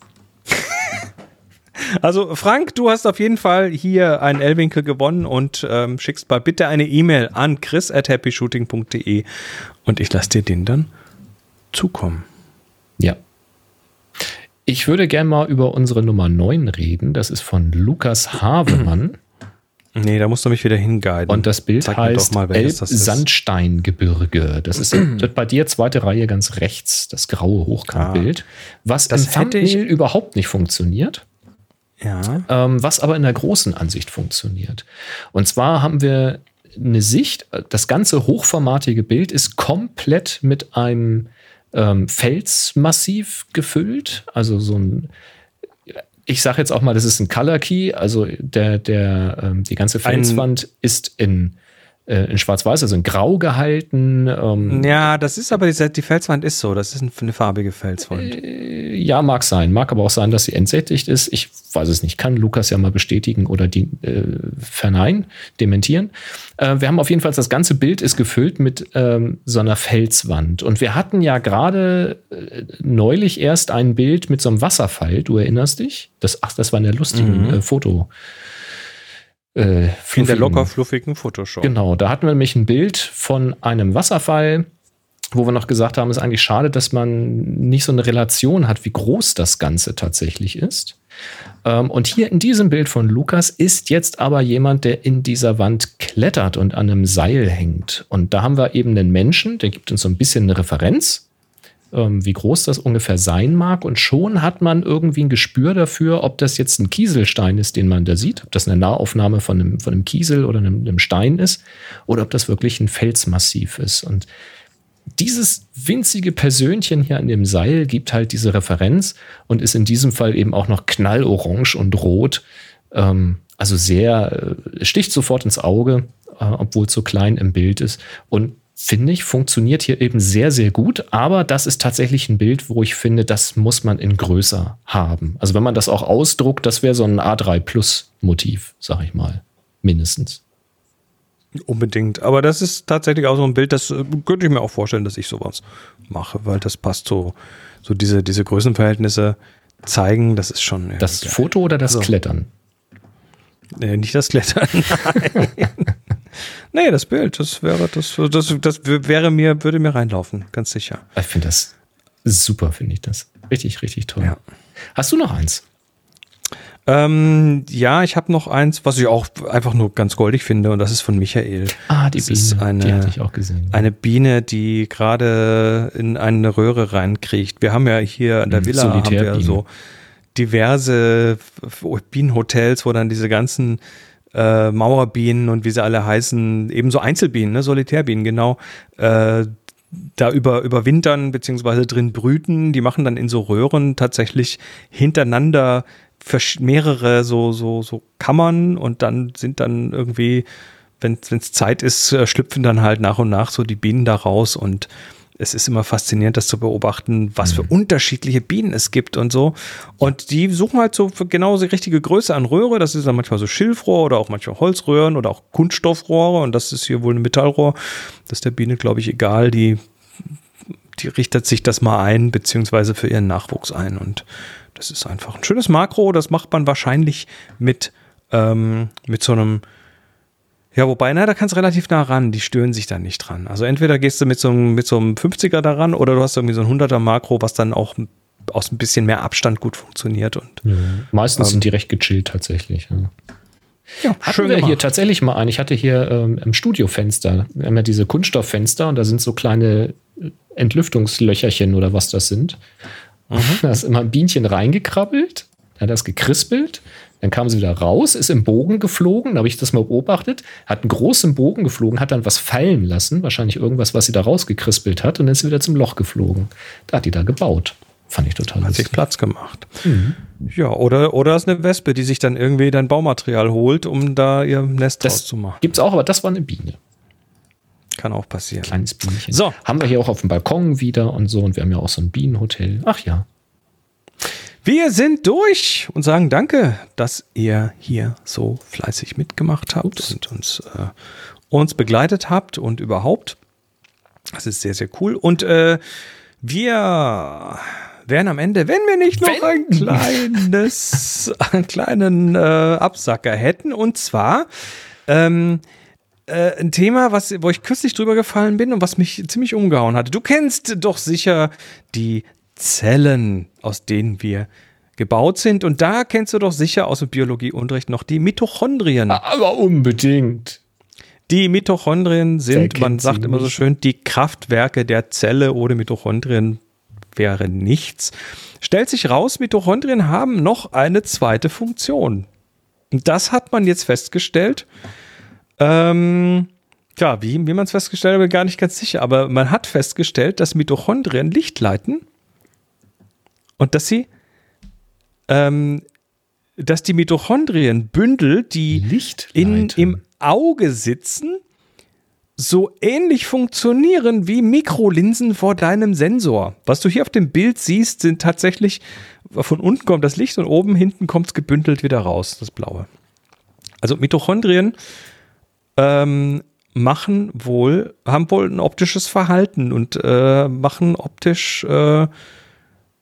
Also Frank, du hast auf jeden Fall hier einen L-Winkel gewonnen und ähm, schickst mal bitte eine E-Mail an chris at happy shooting punkt de und ich lasse dir den dann zukommen. Ja. Ich würde gerne mal über unsere Nummer neun reden. Das ist von Lukas Havemann. Nee, da musst du mich wieder hinguiden. Und das Bild Zeig mir heißt doch mal, welches das ist. Elbsandsteingebirge. Das ist das bei dir zweite Reihe ganz rechts, das graue Hochkantbild. Was Das im hätte ich- Thumbnail überhaupt nicht funktioniert. Ja. Ähm, was aber in der großen Ansicht funktioniert. Und zwar haben wir eine Sicht, das ganze hochformatige Bild ist komplett mit einem ähm, Felsmassiv gefüllt. Also so ein, ich sage jetzt auch mal, das ist ein Color Key. Also der, der, ähm, die ganze Felswand ist in, äh, in Schwarz-Weiß, also in Grau gehalten. Ähm, Ja, das ist aber, die, die Felswand ist so, das ist eine farbige Felswand. Ja, mag sein. Mag aber auch sein, dass sie entsättigt ist. Ich weiß es nicht. Kann Lukas ja mal bestätigen oder die äh, verneinen, dementieren. Äh, wir haben auf jeden Fall, das ganze Bild ist gefüllt mit ähm, so einer Felswand. Und wir hatten ja gerade äh, neulich erst ein Bild mit so einem Wasserfall. Du erinnerst dich? Das, ach, das war in der lustigen Mhm. äh, Foto. äh, in der locker fluffigen Fotoshow. Genau, da hatten wir nämlich ein Bild von einem Wasserfall, wo wir noch gesagt haben, es ist eigentlich schade, dass man nicht so eine Relation hat, wie groß das Ganze tatsächlich ist. Und hier in diesem Bild von Lukas ist jetzt aber jemand, der in dieser Wand klettert und an einem Seil hängt. Und da haben wir eben einen Menschen, der gibt uns so ein bisschen eine Referenz, wie groß das ungefähr sein mag. Und schon hat man irgendwie ein Gespür dafür, ob das jetzt ein Kieselstein ist, den man da sieht, ob das eine Nahaufnahme von einem, von einem Kiesel oder einem, einem Stein ist, oder ob das wirklich ein Felsmassiv ist. Und dieses winzige Persönchen hier an dem Seil gibt halt diese Referenz und ist in diesem Fall eben auch noch knallorange und rot. Ähm, also sehr, äh, sticht sofort ins Auge, äh, obwohl es so klein im Bild ist. Und finde ich, funktioniert hier eben sehr, sehr gut. Aber das ist tatsächlich ein Bild, wo ich finde, das muss man in größer haben. Also wenn man das auch ausdruckt, das wäre so ein A drei Plus Motiv, sag ich mal, mindestens. Unbedingt. Aber das ist tatsächlich auch so ein Bild, das äh, könnte ich mir auch vorstellen, dass ich sowas mache, weil das passt so, so diese, diese Größenverhältnisse zeigen, das ist schon. Ja, das geil. Foto oder das so. Klettern? Nee, nicht das Klettern. Nein. Nee, das Bild, das wäre, das, das, das wäre mir, würde mir reinlaufen, ganz sicher. Ich finde das super, finde ich das. Richtig, richtig toll. Ja. Hast du noch eins? Ähm, ja, ich habe noch eins, was ich auch einfach nur ganz goldig finde, und das ist von Michael. Ah, die das Biene, ist eine, die hatte ich auch gesehen. Eine Biene, die gerade in eine Röhre reinkriecht. Wir haben ja hier an der Villa haben wir so diverse Bienenhotels, wo dann diese ganzen äh, Mauerbienen und wie sie alle heißen, ebenso Einzelbienen, ne, Solitärbienen, genau, äh, da über, überwintern beziehungsweise drin brüten. Die machen dann in so Röhren tatsächlich hintereinander mehrere so, so, so Kammern, und dann sind dann irgendwie, wenn es Zeit ist, schlüpfen dann halt nach und nach so die Bienen da raus, und es ist immer faszinierend, das zu beobachten, was für unterschiedliche Bienen es gibt und so. Und die suchen halt so für genau die richtige Größe an Röhre. Das ist dann manchmal so Schilfrohr oder auch manchmal Holzröhren oder auch Kunststoffrohre, und das ist hier wohl ein Metallrohr. Das ist der Biene, glaube ich, egal. Die, die richtet sich das mal ein, beziehungsweise für ihren Nachwuchs ein, und das ist einfach ein schönes Makro. Das macht man wahrscheinlich mit, ähm, mit so einem, ja, wobei, na, da kannst du relativ nah ran. Die stören sich da nicht dran. Also entweder gehst du mit so einem, mit so einem fünfziger da ran, oder du hast irgendwie so ein hunderter Makro, was dann auch aus ein bisschen mehr Abstand gut funktioniert. Und ja, meistens ähm, sind die recht gechillt tatsächlich. Ja. Ja, hatten schön wir gemacht. hier tatsächlich mal einen. Ich hatte hier ähm, im Studiofenster, wir haben ja diese Kunststofffenster, und da sind so kleine Entlüftungslöcherchen oder was das sind. Mhm. Da ist immer ein Bienchen reingekrabbelt, dann hat das gekrispelt, dann kam sie wieder raus, ist im Bogen geflogen, da habe ich das mal beobachtet, hat einen großen Bogen geflogen, hat dann was fallen lassen, wahrscheinlich irgendwas, was sie da rausgekrispelt hat, und dann ist sie wieder zum Loch geflogen. Da hat die da gebaut. Fand ich total Hat lustig. sich Platz gemacht. Mhm. Ja, oder, oder ist eine Wespe, die sich dann irgendwie dein Baumaterial holt, um da ihr Nest Das draus zu machen. gibt's auch, aber das war eine Biene. Kann auch passieren. Kleines Bienchen. So. Haben wir hier auch auf dem Balkon wieder und so, und wir haben ja auch so ein Bienenhotel. Ach ja. Wir sind durch und sagen danke, dass ihr hier so fleißig mitgemacht habt Ups. und uns, äh, uns begleitet habt und überhaupt. Das ist sehr, sehr cool. Und äh, wir wären am Ende, wenn wir nicht noch Wenn? ein kleines, einen kleinen äh, Absacker hätten. Und zwar ähm, äh, ein Thema, was, wo ich kürzlich drüber gefallen bin und was mich ziemlich umgehauen hatte. Du kennst doch sicher die Zellen, aus denen wir gebaut sind. Und da kennst du doch sicher aus dem Biologieunterricht noch die Mitochondrien. Aber unbedingt. Die Mitochondrien Wer sind, kennt man sie sagt immer so nicht? schön, die Kraftwerke der Zelle. Ohne Mitochondrien wäre nichts. Stellt sich raus, Mitochondrien haben noch eine zweite Funktion. Und das hat man jetzt festgestellt. Ähm, ja, wie, wie man es festgestellt hat, bin ich gar nicht ganz sicher. Aber man hat festgestellt, dass Mitochondrien Licht leiten und dass sie, ähm, dass die Mitochondrienbündel, die Licht in, leiten. im Auge sitzen, so ähnlich funktionieren wie Mikrolinsen vor deinem Sensor. Was du hier auf dem Bild siehst, sind tatsächlich, von unten kommt das Licht und oben hinten kommt es gebündelt wieder raus, das Blaue. Also Mitochondrien ähm, machen wohl, haben wohl ein optisches Verhalten und äh, machen optisch äh,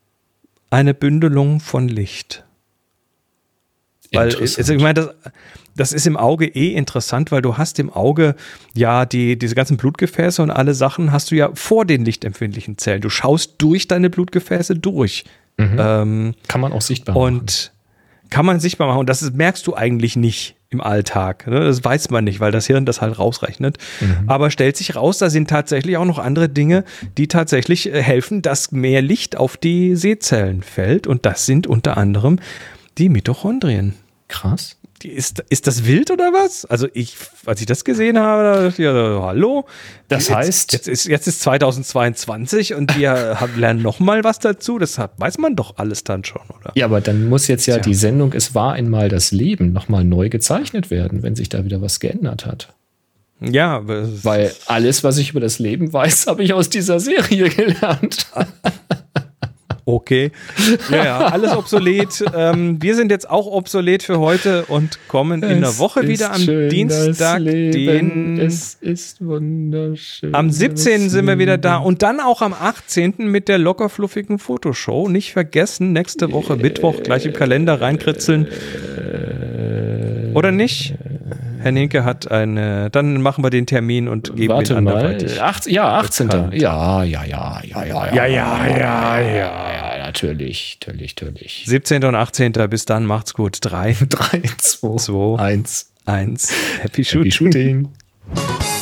eine Bündelung von Licht. Weil, also ich meine, das, das ist im Auge eh interessant, weil du hast im Auge ja die, diese ganzen Blutgefäße und alle Sachen hast du ja vor den lichtempfindlichen Zellen. Du schaust durch deine Blutgefäße durch. Mhm. Ähm, kann man auch sichtbar machen. Und kann man sichtbar machen. Und das ist, merkst du eigentlich nicht im Alltag. Ne? Das weiß man nicht, weil das Hirn das halt rausrechnet. Mhm. Aber stellt sich raus, da sind tatsächlich auch noch andere Dinge, die tatsächlich äh, helfen, dass mehr Licht auf die Sehzellen fällt. Und das sind unter anderem die Mitochondrien. Krass. Die ist, ist das wild oder was? Also ich, als ich das gesehen habe, da dachte ich, ja, hallo. Das jetzt, heißt, jetzt ist, jetzt ist zweitausendzweiundzwanzig und wir haben, lernen noch mal was dazu. Das hat, weiß man doch alles dann schon, oder? Ja, aber dann muss jetzt ja Tja. die Sendung Es war einmal das Leben nochmal neu gezeichnet werden, wenn sich da wieder was geändert hat. Ja, aber es- Weil alles, was ich über das Leben weiß, habe ich aus dieser Serie gelernt. okay. Ja, ja, alles obsolet. Ähm, wir sind jetzt auch obsolet für heute und kommen in der Woche wieder am Dienstag, den Es ist wunderschön. am siebzehnten sind wir wieder da und dann auch am achtzehnten mit der lockerfluffigen Fotoshow. Nicht vergessen, nächste Woche Mittwoch gleich im Kalender reinkritzeln. Oder nicht? Herr Ninke hat eine, dann machen wir den Termin und geben Warte ihn mal. anderweitig. Acht, ja, achtzehnten bekannt. Ja, ja, ja, ja, ja, Ja, ja, ja, ja. ja, natürlich, natürlich, natürlich. siebzehnten und achtzehnten Bis dann, macht's gut. Drei, drei, zwei, zwei, eins. eins. Happy Shooting. Happy Shooting.